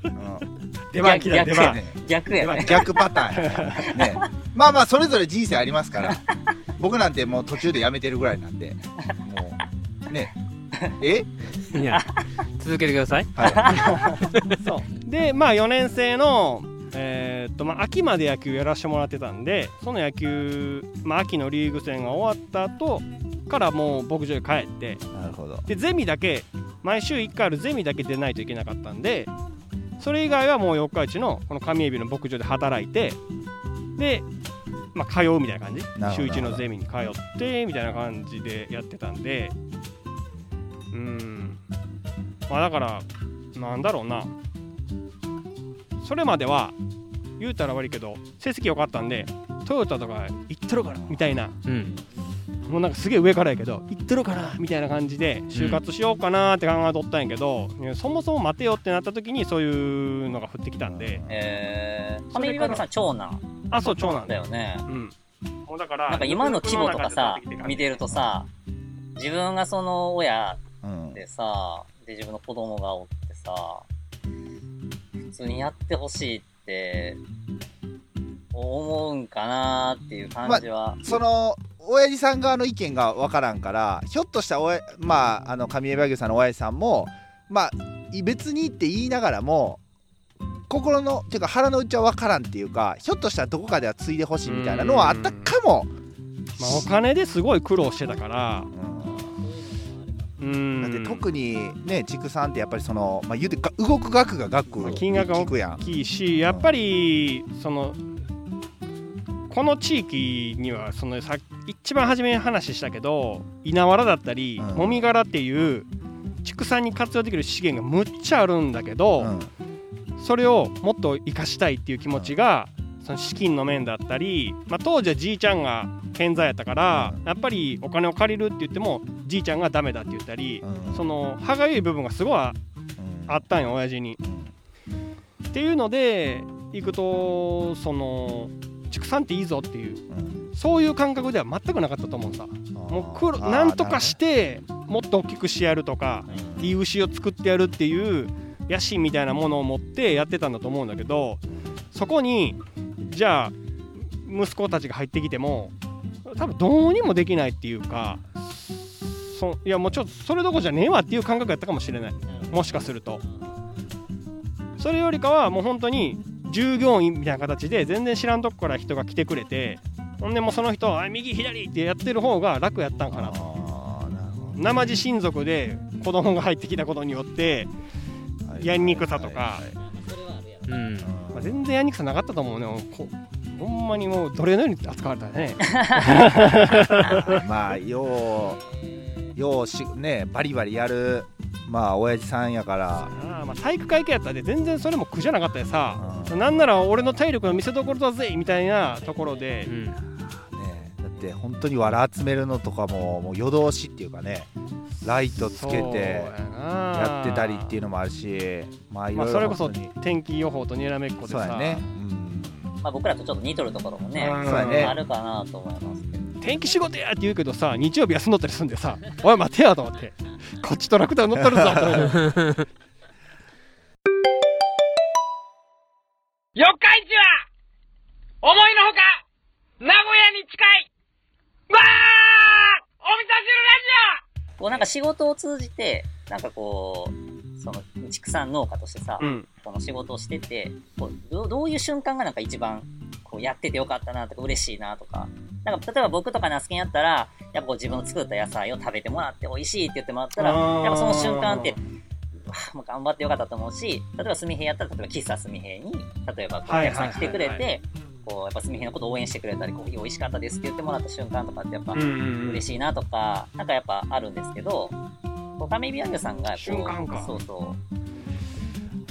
逆パターンやね。まあそれぞれ人生ありますから、僕なんてもう途中でやめてるぐらいなんで、もうねいや続けてください。 そうで4年生の秋まで野球やらせてもらってたんで、その野球、秋のリーグ戦が終わった後からもう牧場へ帰って、 なるほど。 でゼミだけ毎週1回あるゼミだけ出ないといけなかったんで、それ以外はもう四日市のこの上海老の牧場で働いて、で通うみたいな感じ、週1のゼミに通ってみたいな感じでやってたんで、だからなんだろうな、それまでは言うたら悪いけど成績良かったんで、トヨタとか行ってるからみたいな、もうなんかすげえ上からやけど行ってるからみたいな感じで就活しようかなって考えとったんやけど、そもそも待てよってなった時にそういうのが降ってきたんで。 上海老さん長男。 そう長男だよね。 もうだからなんか今の規模とかさ見てるとさ、自分がその親でさ、 で自分の子供がおってさ、普通にやってほしいって思うんかなっていう感じは、 その親父さん側の意見が分からんから、ひょっとしたら上江和牛さんの親父さんも別にって言いながらも心のっていうか腹の内は分からんっていうか、ひょっとしたらどこかでは継いでほしいみたいなのはあったかも。 お金ですごい苦労してたから、 だって特にね畜産ってやっぱりその、言うて動く額が金額が大きいし、やっぱりそのこの地域にはその一番初めに話したけど稲わらだったり、もみ殻っていう畜産に活用できる資源がむっちゃあるんだけど、それをもっと生かしたいっていう気持ちが、その資金の面だったり、当時はじいちゃんが健在やったから、やっぱりお金を借りるって言ってもじいちゃんがダメだって言ったり、その歯がゆい部分がすごいあったんよ親父に。っていうので行くと、その畜産っていいぞっていう、そういう感覚では全くなかったと思うさ。もうなんとかしてもっと大きくしてやるとか、いい牛を作ってやるっていう野心みたいなものを持ってやってたんだと思うんだけど、そこにじゃあ息子たちが入ってきても多分どうにもできないっていうか、いやもうちょっとそれどころじゃねえわっていう感覚やったかもしれない。もしかするとそれよりかはもう本当に従業員みたいな形で全然知らんとこから人が来てくれて、ほんでもうその人は右左ってやってる方が楽やったんかなと。生地親族で子供が入ってきたことによってやりにくさとか、全然やりにくさなかったと思うね。ほんまにもう奴隷のように扱われたね。 バリバリやる親父さんやから、 体育会系やったら全然それも苦じゃなかったでさ、なんなら俺の体力の見せ所だぜみたいなところで、 だって本当に藁集めるのとかもう夜通しっていうかね、ライトつけてやってたりっていうのもあるし、 それこそ天気予報とにらめっこでさ、 僕らとちょっと似とるところもね、あるかなと思いますけど。 天気仕事やって言うけどさ、日曜日休んどったりするんでさ、おい待てやと思って、こっちトラクター乗っとるぞと思って。 四日市は思いのほか名古屋に近いお味噌汁ラジオ。なんか仕事を通じてなんかこうその畜産農家としてさ、この仕事をしててどういう瞬間がなんか一番こうやっててよかったなとか嬉しいなとか、なんか例えば僕とかナスケンやったらやっぱこう自分の作った野菜を食べてもらって美味しいって言ってもらったら、やっぱその瞬間ってもう頑張ってよかったと思うし、例えばすみへいやったら例えば喫茶すみへいに例えばお客さん来てくれて、こうやっぱすみへいのことを応援してくれたり、コーヒー美味しかったですって言ってもらった瞬間とかってやっぱ嬉しいなとか、なんかやっぱあるんですけど、上ビアングさんが瞬間か。 そうそう。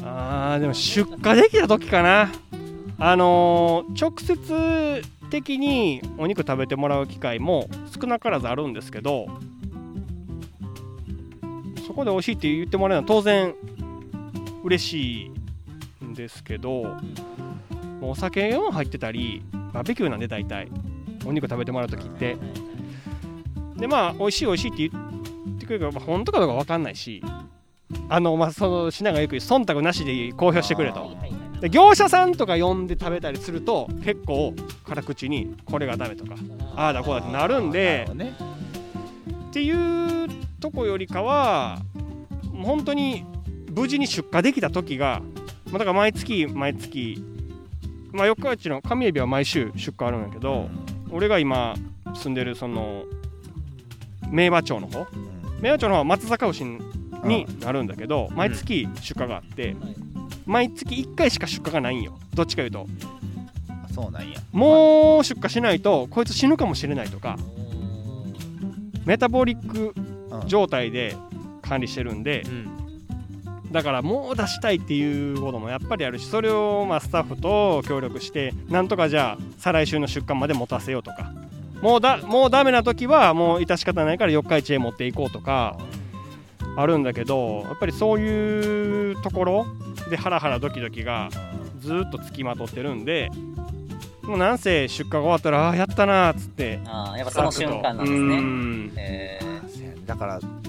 でも出荷できた時かな。直接的にお肉食べてもらう機会も少なからずあるんですけど、そこで美味しいって言ってもらえるのは当然嬉しいんですけど、もうお酒4入ってたりバーベキューなんで大体お肉食べてもらう時ってで、美味しい美味しいって言ってくれるから、本当かどうか分かんないし、その品がよく忖度なしで公表してくれと。で業者さんとか呼んで食べたりすると結構辛口にこれがダメとかああだこうだってなるんで、っていうとこよりかは本当に無事に出荷できた時が、だから毎月四日市の上海老は毎週出荷あるんだけど、俺が今住んでるその明和町の方は松阪牛になるんだけど、毎月出荷があって、毎月1回しか出荷がないんよ。どっちかいうとそうなんや。 もう出荷しないとこいつ死ぬかもしれないとか、メタボリック状態で管理してるんで、だからもう出したいっていうこともやっぱりあるし、それをスタッフと協力してなんとかじゃあ再来週の出荷まで持たせようとか、もうダメな時はもう致し方ないから四日市へ持っていこうとかあるんだけど、やっぱりそういうところでハラハラドキドキがずっとつきまとってるんで、もうなんせ出荷が終わったらやったなーっつって、 やっぱその瞬間なんですね。 だから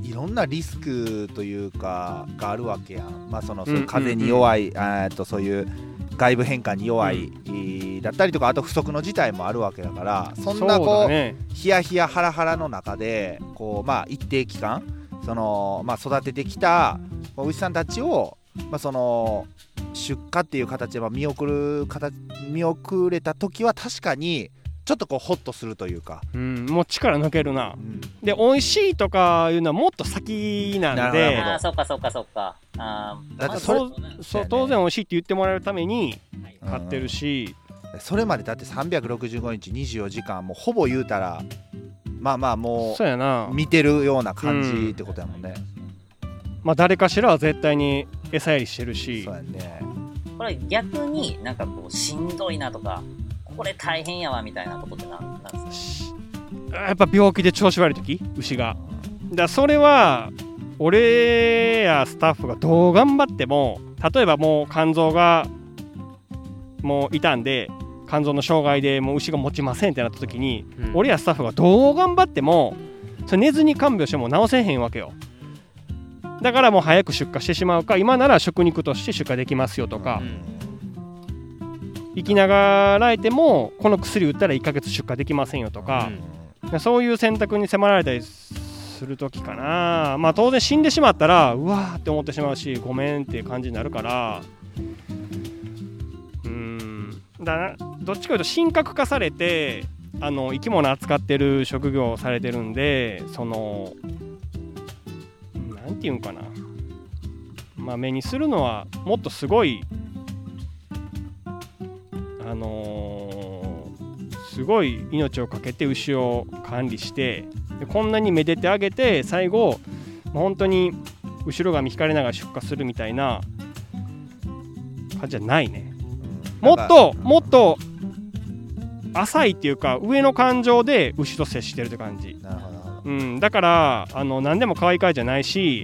いろんなリスクというかがあるわけやん、まあ、そういう風に弱い、そういう外部変化に弱い、だったりとか、あと不測の事態もあるわけだから、そんなこうヒヤヒヤハラハラの中でこう、まあ、一定期間まあ、育ててきた牛さんたちを、まあ、出荷っていう形で見送れた時は確かにちょっとこうホッとするというか、 もう力抜けるな、で美味しいとかいうのはもっと先なんで、 そっかだって当然美味しいって言ってもらえるために買ってるし、 それまでだって365日24時間もうほぼ言うたらまあもう見てるような感じってことやもんね、 まあ誰かしらは絶対に餌やりしてるし、 そうやね。 これ逆になんかこうしんどいなとかこれ大変やわみたいなことってなんですか？やっぱ病気で調子悪い時、牛が。だそれは俺やスタッフがどう頑張っても、例えばもう肝臓がもう傷んで肝臓の障害でもう牛が持ちませんってなった時に、俺やスタッフがどう頑張ってもそれ寝ずに看病しても治せへんわけよ。だからもう早く出荷してしまうか、今なら食肉として出荷できますよとか、生きながらえてもこの薬打ったら1ヶ月出荷できませんよとか、そういう選択に迫られたりする時かな。まあ当然死んでしまったらうわーって思ってしまうし、ごめんっていう感じになるから、どっちかというと神格化されて生き物扱ってる職業をされてるんで、なんていうんかな、まあ目にするのはもっとすごいすごい命をかけて牛を管理して、でこんなにめでてあげて最後本当に後ろ髪引かれながら出荷するみたいな感じじゃないね。もっと浅いっていうか上の感情で牛と接してるって感じ。 なるほど、 だから何でも可愛いかいじゃないし、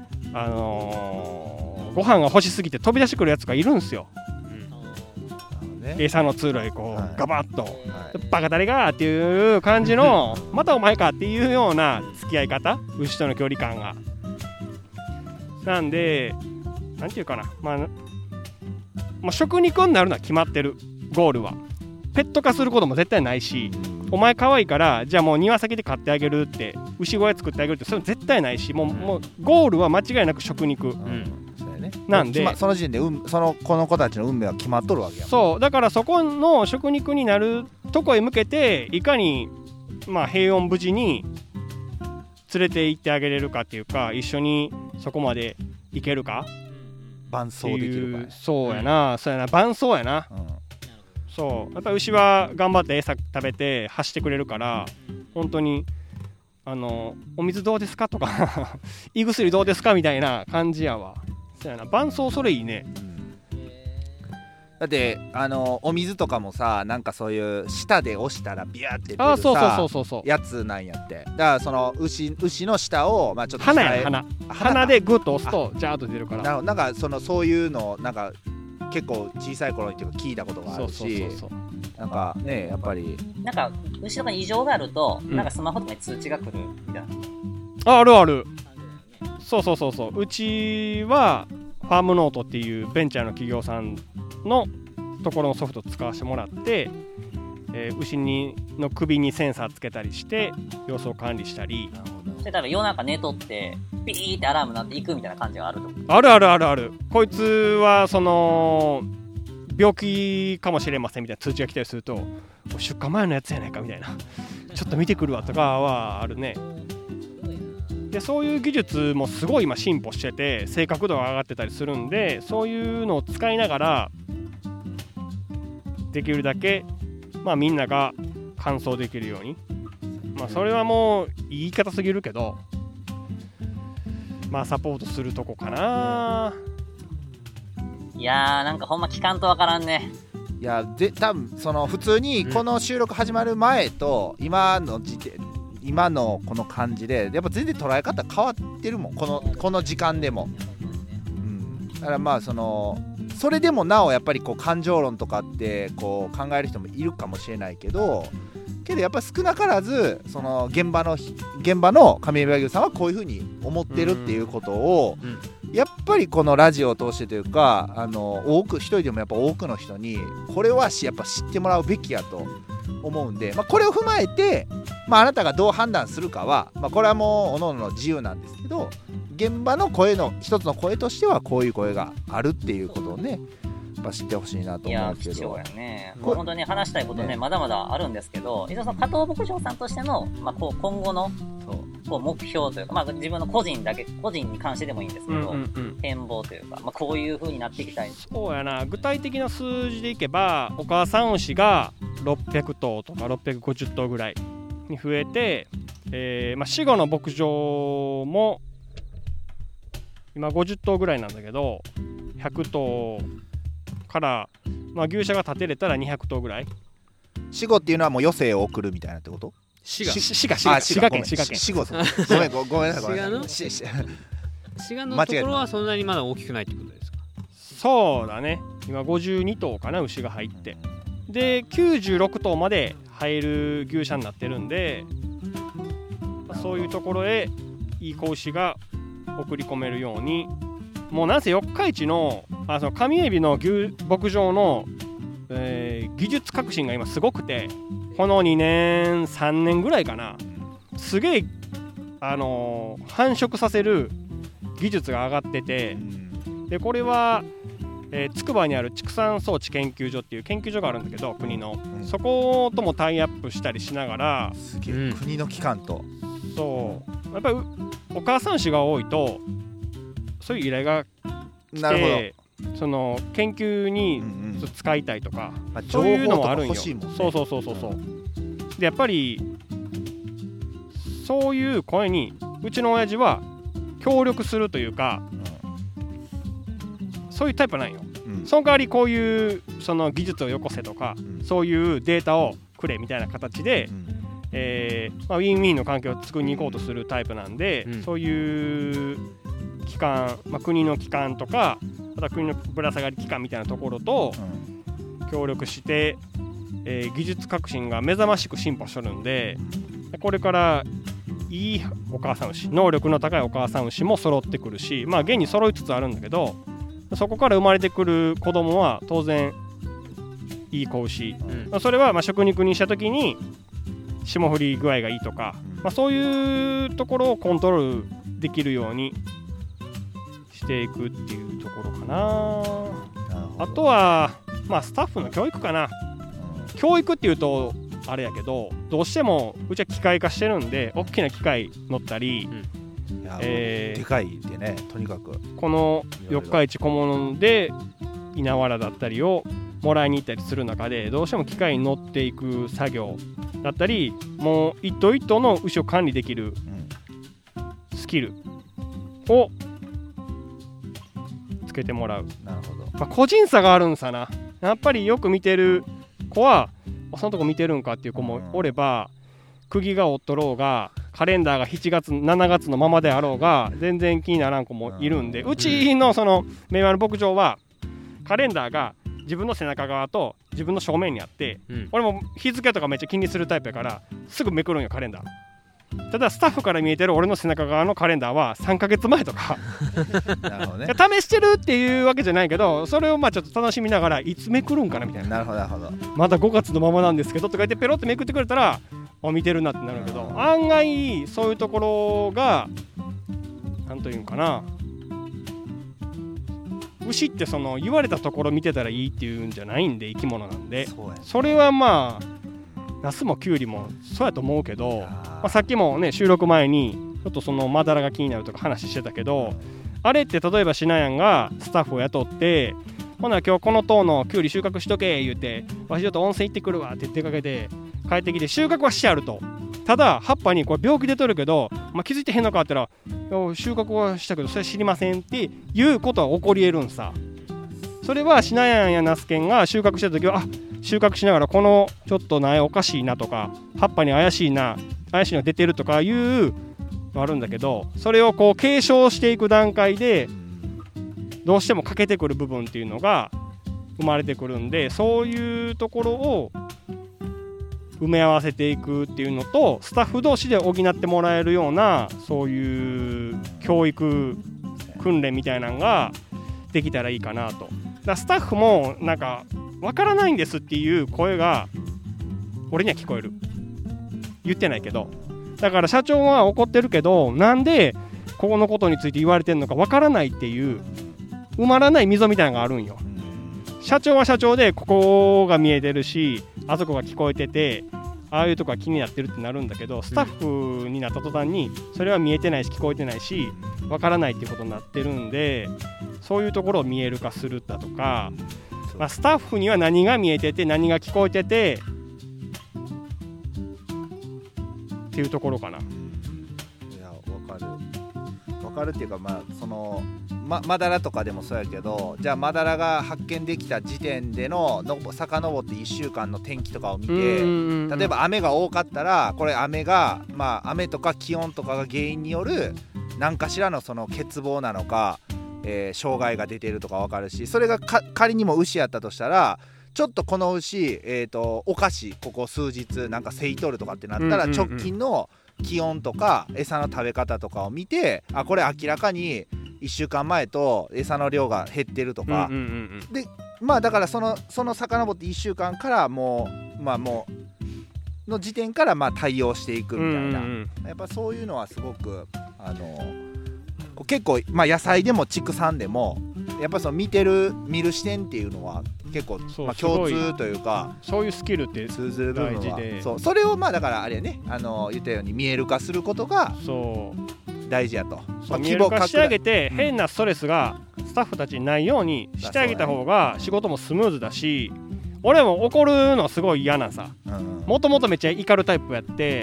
ご飯が欲しすぎて飛び出してくるやつがいるんですよ、餌の通路へこう、ガバッと、バカ誰がっていう感じのまたお前かっていうような付き合い方、牛との距離感がなんで、なんていうかな、まあ、食肉になるのは決まってる。ゴールはペット化することも絶対ないし、お前可愛いからじゃあもう庭先で飼ってあげるって、牛小屋作ってあげるって、それ絶対ないし、もうゴールは間違いなく食肉、なんで、 その時点でこの子たちの運命は決まっとるわけやもん。 そうだからそこの食肉になるとこへ向けていかにまあ平穏無事に連れて行ってあげれるかっていうか、一緒にそこまで行けるか、 伴走できるか。 そうやな、伴走やな、そうやっぱり牛は頑張って餌食べて走ってくれるから、本当にお水どうですかとか胃薬どうですかみたいな感じやわ。そうやな、伴走それいいね、 だってお水とかもさ、なんかそういう舌で押したらビャーって出るさやつなんやって。だからその牛の舌をまあちょっと鼻でグッと押すとジャーッと出るから、 なんかそういうのなんか結構小さい頃に聞いたことがあるし、なんかね、やっぱりなんか牛とかに異常があると、なんかスマホとかに通知が来るみたいな。 ある。そううちはファームノートっていうベンチャーの企業さんのところのソフトを使わせてもらって、牛の首にセンサーつけたりして様子を管理したり。 例えば夜中寝とってピーってアラーム鳴っていくみたいな感じがあると。 ある。こいつは病気かもしれませんみたいな通知が来たりすると、出荷前のやつやないかみたいなちょっと見てくるわとかはあるね。でそういう技術もすごい今進歩してて、正確度が上がってたりするんで、そういうのを使いながらできるだけ、まあ、みんなが完走できるように、まあ、それはもう言い方すぎるけど、まあサポートするとこかな。 いやー、なんかほんま聞かんとわからんね。 いや多分普通にこの収録始まる前と今のこの感じでやっぱ全然捉え方変わってるもん、この時間でも、だからまあそれでもなおやっぱりこう感情論とかってこう考える人もいるかもしれないけど、 けどやっぱり少なからずその現場の上海和牛さんはこういうふうに思ってるっていうことを、やっぱりこのラジオを通してというか一人でもやっぱ多くの人にこれはやっぱ知ってもらうべきやと思うんで、これを踏まえて、あなたがどう判断するかは、これはもう各々の自由なんですけど、現場の声の一つの声としてはこういう声があるっていうことをねやっぱ知ってほしいなと思うんですけど。 いや貴重やね。もう本当に話したいことねまだまだあるんですけど、一応その加藤牧場さんとしての、こう今後のこう目標というか、自分の個人に関してでもいいんですけど、展望というか、こういう風になっていきたい。 そうやな、具体的な数字でいけばお母さん牛が600頭とか650頭ぐらいに増えて、死後の牧場も今50頭ぐらいなんだけど、100頭から、牛舎が建てれたら200頭ぐらい。 死後っていうのはもう余生を送るみたいなってこと？ 滋賀県。 死後ごめんなさい。 滋賀のところはそんなにまだ大きくないってことですか？ そうだね。今52頭かな、牛が入って。で96頭まで入る牛舎になってるんで、そういうところへいい子牛が送り込めるように、もうなんせ四日市のその上海老の牧場の、技術革新が今すごくて、この2年3年ぐらいかな、すげえ繁殖させる技術が上がってて、でこれはつくばにある畜産装置研究所っていう研究所があるんだけど、国の、そこともタイアップしたりしながら、 すげえ、国の機関と、 そうやっぱりお母さん牛が多いとそういう依頼が来て、その研究に使いたいとか、そういうのもあるんよ。そうでやっぱりそういう声にうちの親父は協力するというか、そういうタイプなんよ。その代わりこういうその技術をよこせとか、そういうデータをくれみたいな形で、ウィンウィンの関係を作りに行こうとするタイプなんで、そういう機関、国の機関とか、また国のぶら下がり機関みたいなところと協力して、技術革新が目覚ましく進歩しとるんで、これからいいお母さん牛、能力の高いお母さん牛も揃ってくるし、現に揃いつつあるんだけど、そこから生まれてくる子供は当然いい子牛、それは食肉にした時に霜降り具合がいいとか、そういうところをコントロールできるようにしていくっていうところかな。あとはスタッフの教育かな。教育っていうとあれやけど、どうしてもうちは機械化してるんで、大きな機械乗ったり、 でかいでね、とにかくこの四日市小物で稲わらだったりをもらいに行ったりする中で、どうしても機械に乗っていく作業だったり、もう一頭一頭の牛を管理できるスキルをつけてもらう。 なるほど。 個人差があるんさな。やっぱりよく見てる子はそのとこ見てるんかっていう子もおれば、釘がおっとろうがカレンダーが7月7月のままであろうが全然気にならん子もいるんで、うちのその明和の牧場はカレンダーが自分の背中側と自分の正面にあって、俺も日付とかめっちゃ気にするタイプやからすぐめくるんよ、カレンダー。ただスタッフから見えてる俺の背中側のカレンダーは3ヶ月前とかなるほど、ね、 試してるっていうわけじゃないけど、それをちょっと楽しみながらいつめくるんかなみたいな。 なるほどなるほど。 まだ5月のままなんですけどとか言ってペロってめくってくれたら見てるなってなるけど、案外そういうところがなんというんかな、牛ってその言われたところ見てたらいいっていうんじゃないんで、生き物なんで、それはナスもキュウリもそうやと思うけど、さっきもね収録前にちょっとそのまだらが気になるとか話してたけど、あれって例えばしなやんがスタッフを雇って、ほな今日この塔のキュウリ収穫しとけ言ってわしちょっと温泉行ってくるわって出かけて帰ってきて収穫はしてあると。ただ葉っぱにこれ病気出とるけど、気づいてへんのかって言ったら収穫はしたけどそれ知りませんっていうことは起こり得るんさ。それはしなやんやナスケンが収穫した時は収穫しながらこのちょっと苗おかしいなとか葉っぱに怪しいの出てるとかいうのあるんだけど、それをこう継承していく段階でどうしても欠けてくる部分っていうのが生まれてくるんで、そういうところを埋め合わせていくっていうのと、スタッフ同士で補ってもらえるようなそういう教育訓練みたいなのができたらいいかなと。だからスタッフもなんかわからないんですっていう声が俺には聞こえる。言ってないけど、だから社長は怒ってるけど、なんでここのことについて言われてるのかわからないっていう埋まらない溝みたいなのがあるんよ。社長は社長でここが見えてるし、あそこが聞こえてて、ああいうとこが気になってるってなるんだけど、スタッフになった途端にそれは見えてないし聞こえてないしわからないっていうことになってるんで、そういうところを見える化するだとか、スタッフには何が見えてて何が聞こえててっていうところかな。いや、わかるっていうか、マダラとかでもそうやけど、じゃあマダラが発見できた時点での遡って1週間の天気とかを見て、例えば雨が多かったら、これ雨とか気温とかが原因による何かしらのその欠乏なのか、障害が出てるとか分かるし、それが仮にも牛やったとしたら、ちょっとこの牛、おかしい、ここ数日なんかせいとるとかってなったら、直近の気温とか餌の食べ方とかを見て、これ明らかに1週間前と餌の量が減ってるとか、でだからその遡って1週間からもうの時点から対応していくみたいな、やっぱそういうのはすごく結構野菜でも畜産でもやっぱその見る視点っていうのは結構共通というか、 そういうスキルって通ずる部分はそれをだからあれやね、言ったように見える化することが大事やと。 見える化してあげて、変なストレスがスタッフたちにないようにしてあげた方が仕事もスムーズだし、俺も怒るのすごい嫌なさ、もともとめっちゃ怒るタイプやって、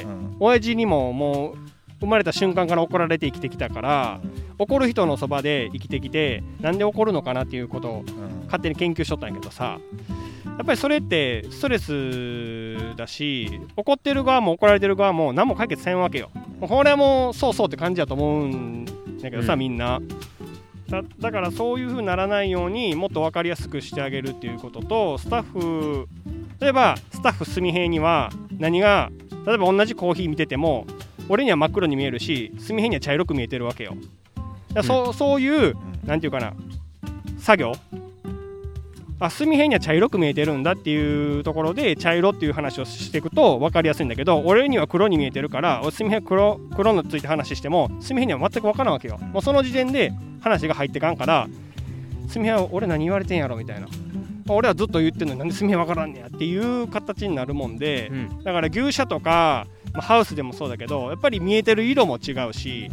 親父にももう生まれた瞬間から怒られて生きてきたから、怒る人のそばで生きてきて、なんで怒るのかなっていうことを勝手に研究しとったんやけどさ、やっぱりそれってストレスだし、怒ってる側も怒られてる側も何も解決せんわけよ。これはもうそうって感じだと思うんだけどさ、みんなだからそういう風にならないようにもっと分かりやすくしてあげるっていうことと、スタッフ、例えばスタッフ住平には何が、例えば同じコーヒー見てても俺には真っ黒に見えるし、住平には茶色く見えてるわけよ。そういうなんていうかな、作業、住平には茶色く見えてるんだっていうところで茶色っていう話をしていくと分かりやすいんだけど、俺には黒に見えてるから、住平黒のついて話しても住平には全く分からんわけよ。もうその時点で話が入ってかんから、住平は俺何言われてんやろみたいな、俺はずっと言ってんのになんで住平分からんねやっていう形になるもんで、だから牛舎とか、ハウスでもそうだけど、やっぱり見えてる色も違うし、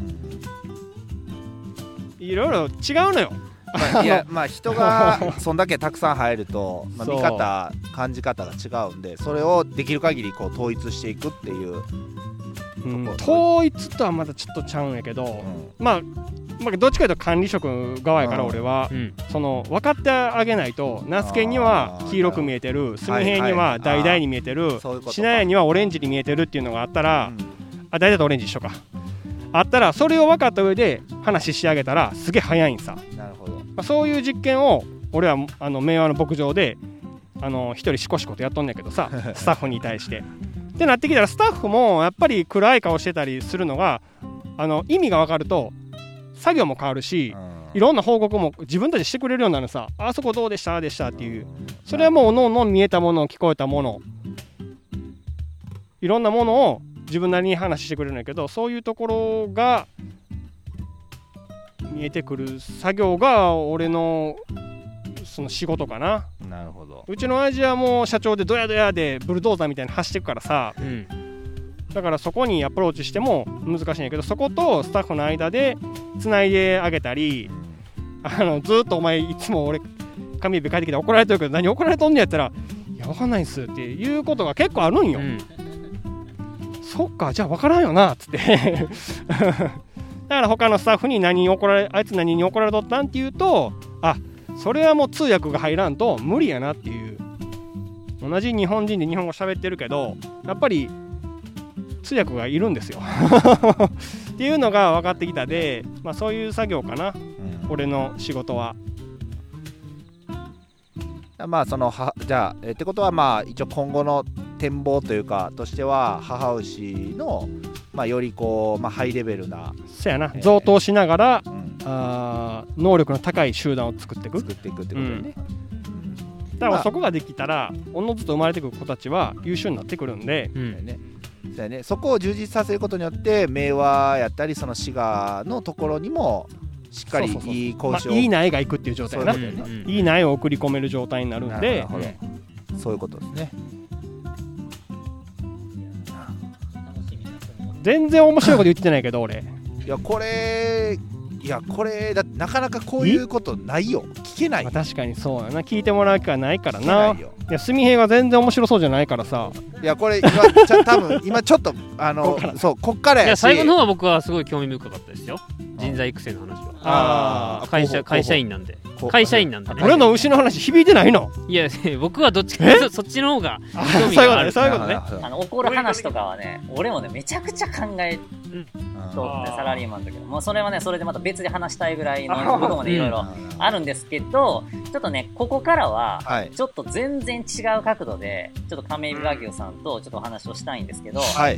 いろいろ違うのよ。 人がそんだけたくさん入ると、見方感じ方が違うんで、それをできる限りこう統一していくっていう、 統一とはまたちょっとちゃうんやけど、どっちかというと管理職側やから、俺は、その分かってあげないと、ナスケには黄色く見えてる、住平には橙に見えてる、シナヤにはオレンジに見えてるっていうのがあったら、橙とオレンジ一緒かあったら、それを分かった上で話し上げたらすげえ早いんさ。 なるほど。 そういう実験を俺は明和の牧場で一人シコシコとやっとんねんけどさスタッフに対してってなってきたら、スタッフもやっぱり暗い顔してたりするのが意味が分かると作業も変わるし、いろんな報告も自分たちしてくれるようになるさ。あそこどうでしたでしたっていう、それはもうおのおの見えたもの、聞こえたもの、いろんなものを自分なりに話してくれるんだけど、そういうところが見えてくる作業が俺のその仕事かな。 なるほど。 うちの親父はもう社長でドヤドヤでブルドーザーみたいに走っていくからさ、だからそこにアプローチしても難しいんやけど、そことスタッフの間でつないであげたり、ずっとお前いつも俺紙指書いてきて怒られてるけど何怒られとんねやったら、いや分かんないんすっていうことが結構あるんよ。そっか、じゃあ分からんよなっつってだから他のスタッフにあいつ何に怒られとったんって言うと、それはもう通訳が入らんと無理やなっていう。同じ日本人で日本語喋ってるけど、やっぱり通訳がいるんですよっていうのが分かってきたで、そういう作業かな、俺の仕事は。 じゃあってことは一応今後の展望というかとしては母牛の、よりこう、ハイレベルなそやな、増頭しながら、能力の高い集団を作っていくってことよね、 だからそこができたらおのずと生まれてくる子たちは優秀になってくるんで、 そこを充実させることによって明和やったりその滋賀のところにもしっかりいい交渉、 いい苗がいくっていう状態だな、いい苗を送り込める状態になるんで、 そういうことですね。 全然面白いこと言ってないけど俺いやこれだってなかなかこういうことないよ、聞けない、 確かにそうやな、聞いてもらう機会ないからな。いやすみへいが全然面白そうじゃないからさ、 いやこれ今多分今ちょっとそうこっからやし、 最後の方は僕はすごい興味深かったですよ、人材育成の話は。会社員なんで俺の牛の話響いてないの？ いや僕はどっちかそっちの方が興味がある。 そういうことね。 怒る話とかはね、俺もねめちゃくちゃ考えとってサラリーマンの時もうそれはねそれでまた別で話したいぐらいのこともねいろいろあるんですけど、ちょっとねここからはちょっと全然違う角度でちょっと亀井和牛さんとちょっとお話をしたいんですけど、 はい。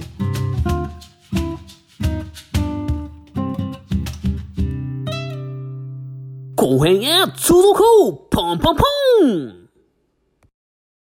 後編へ続こうポンポンポン。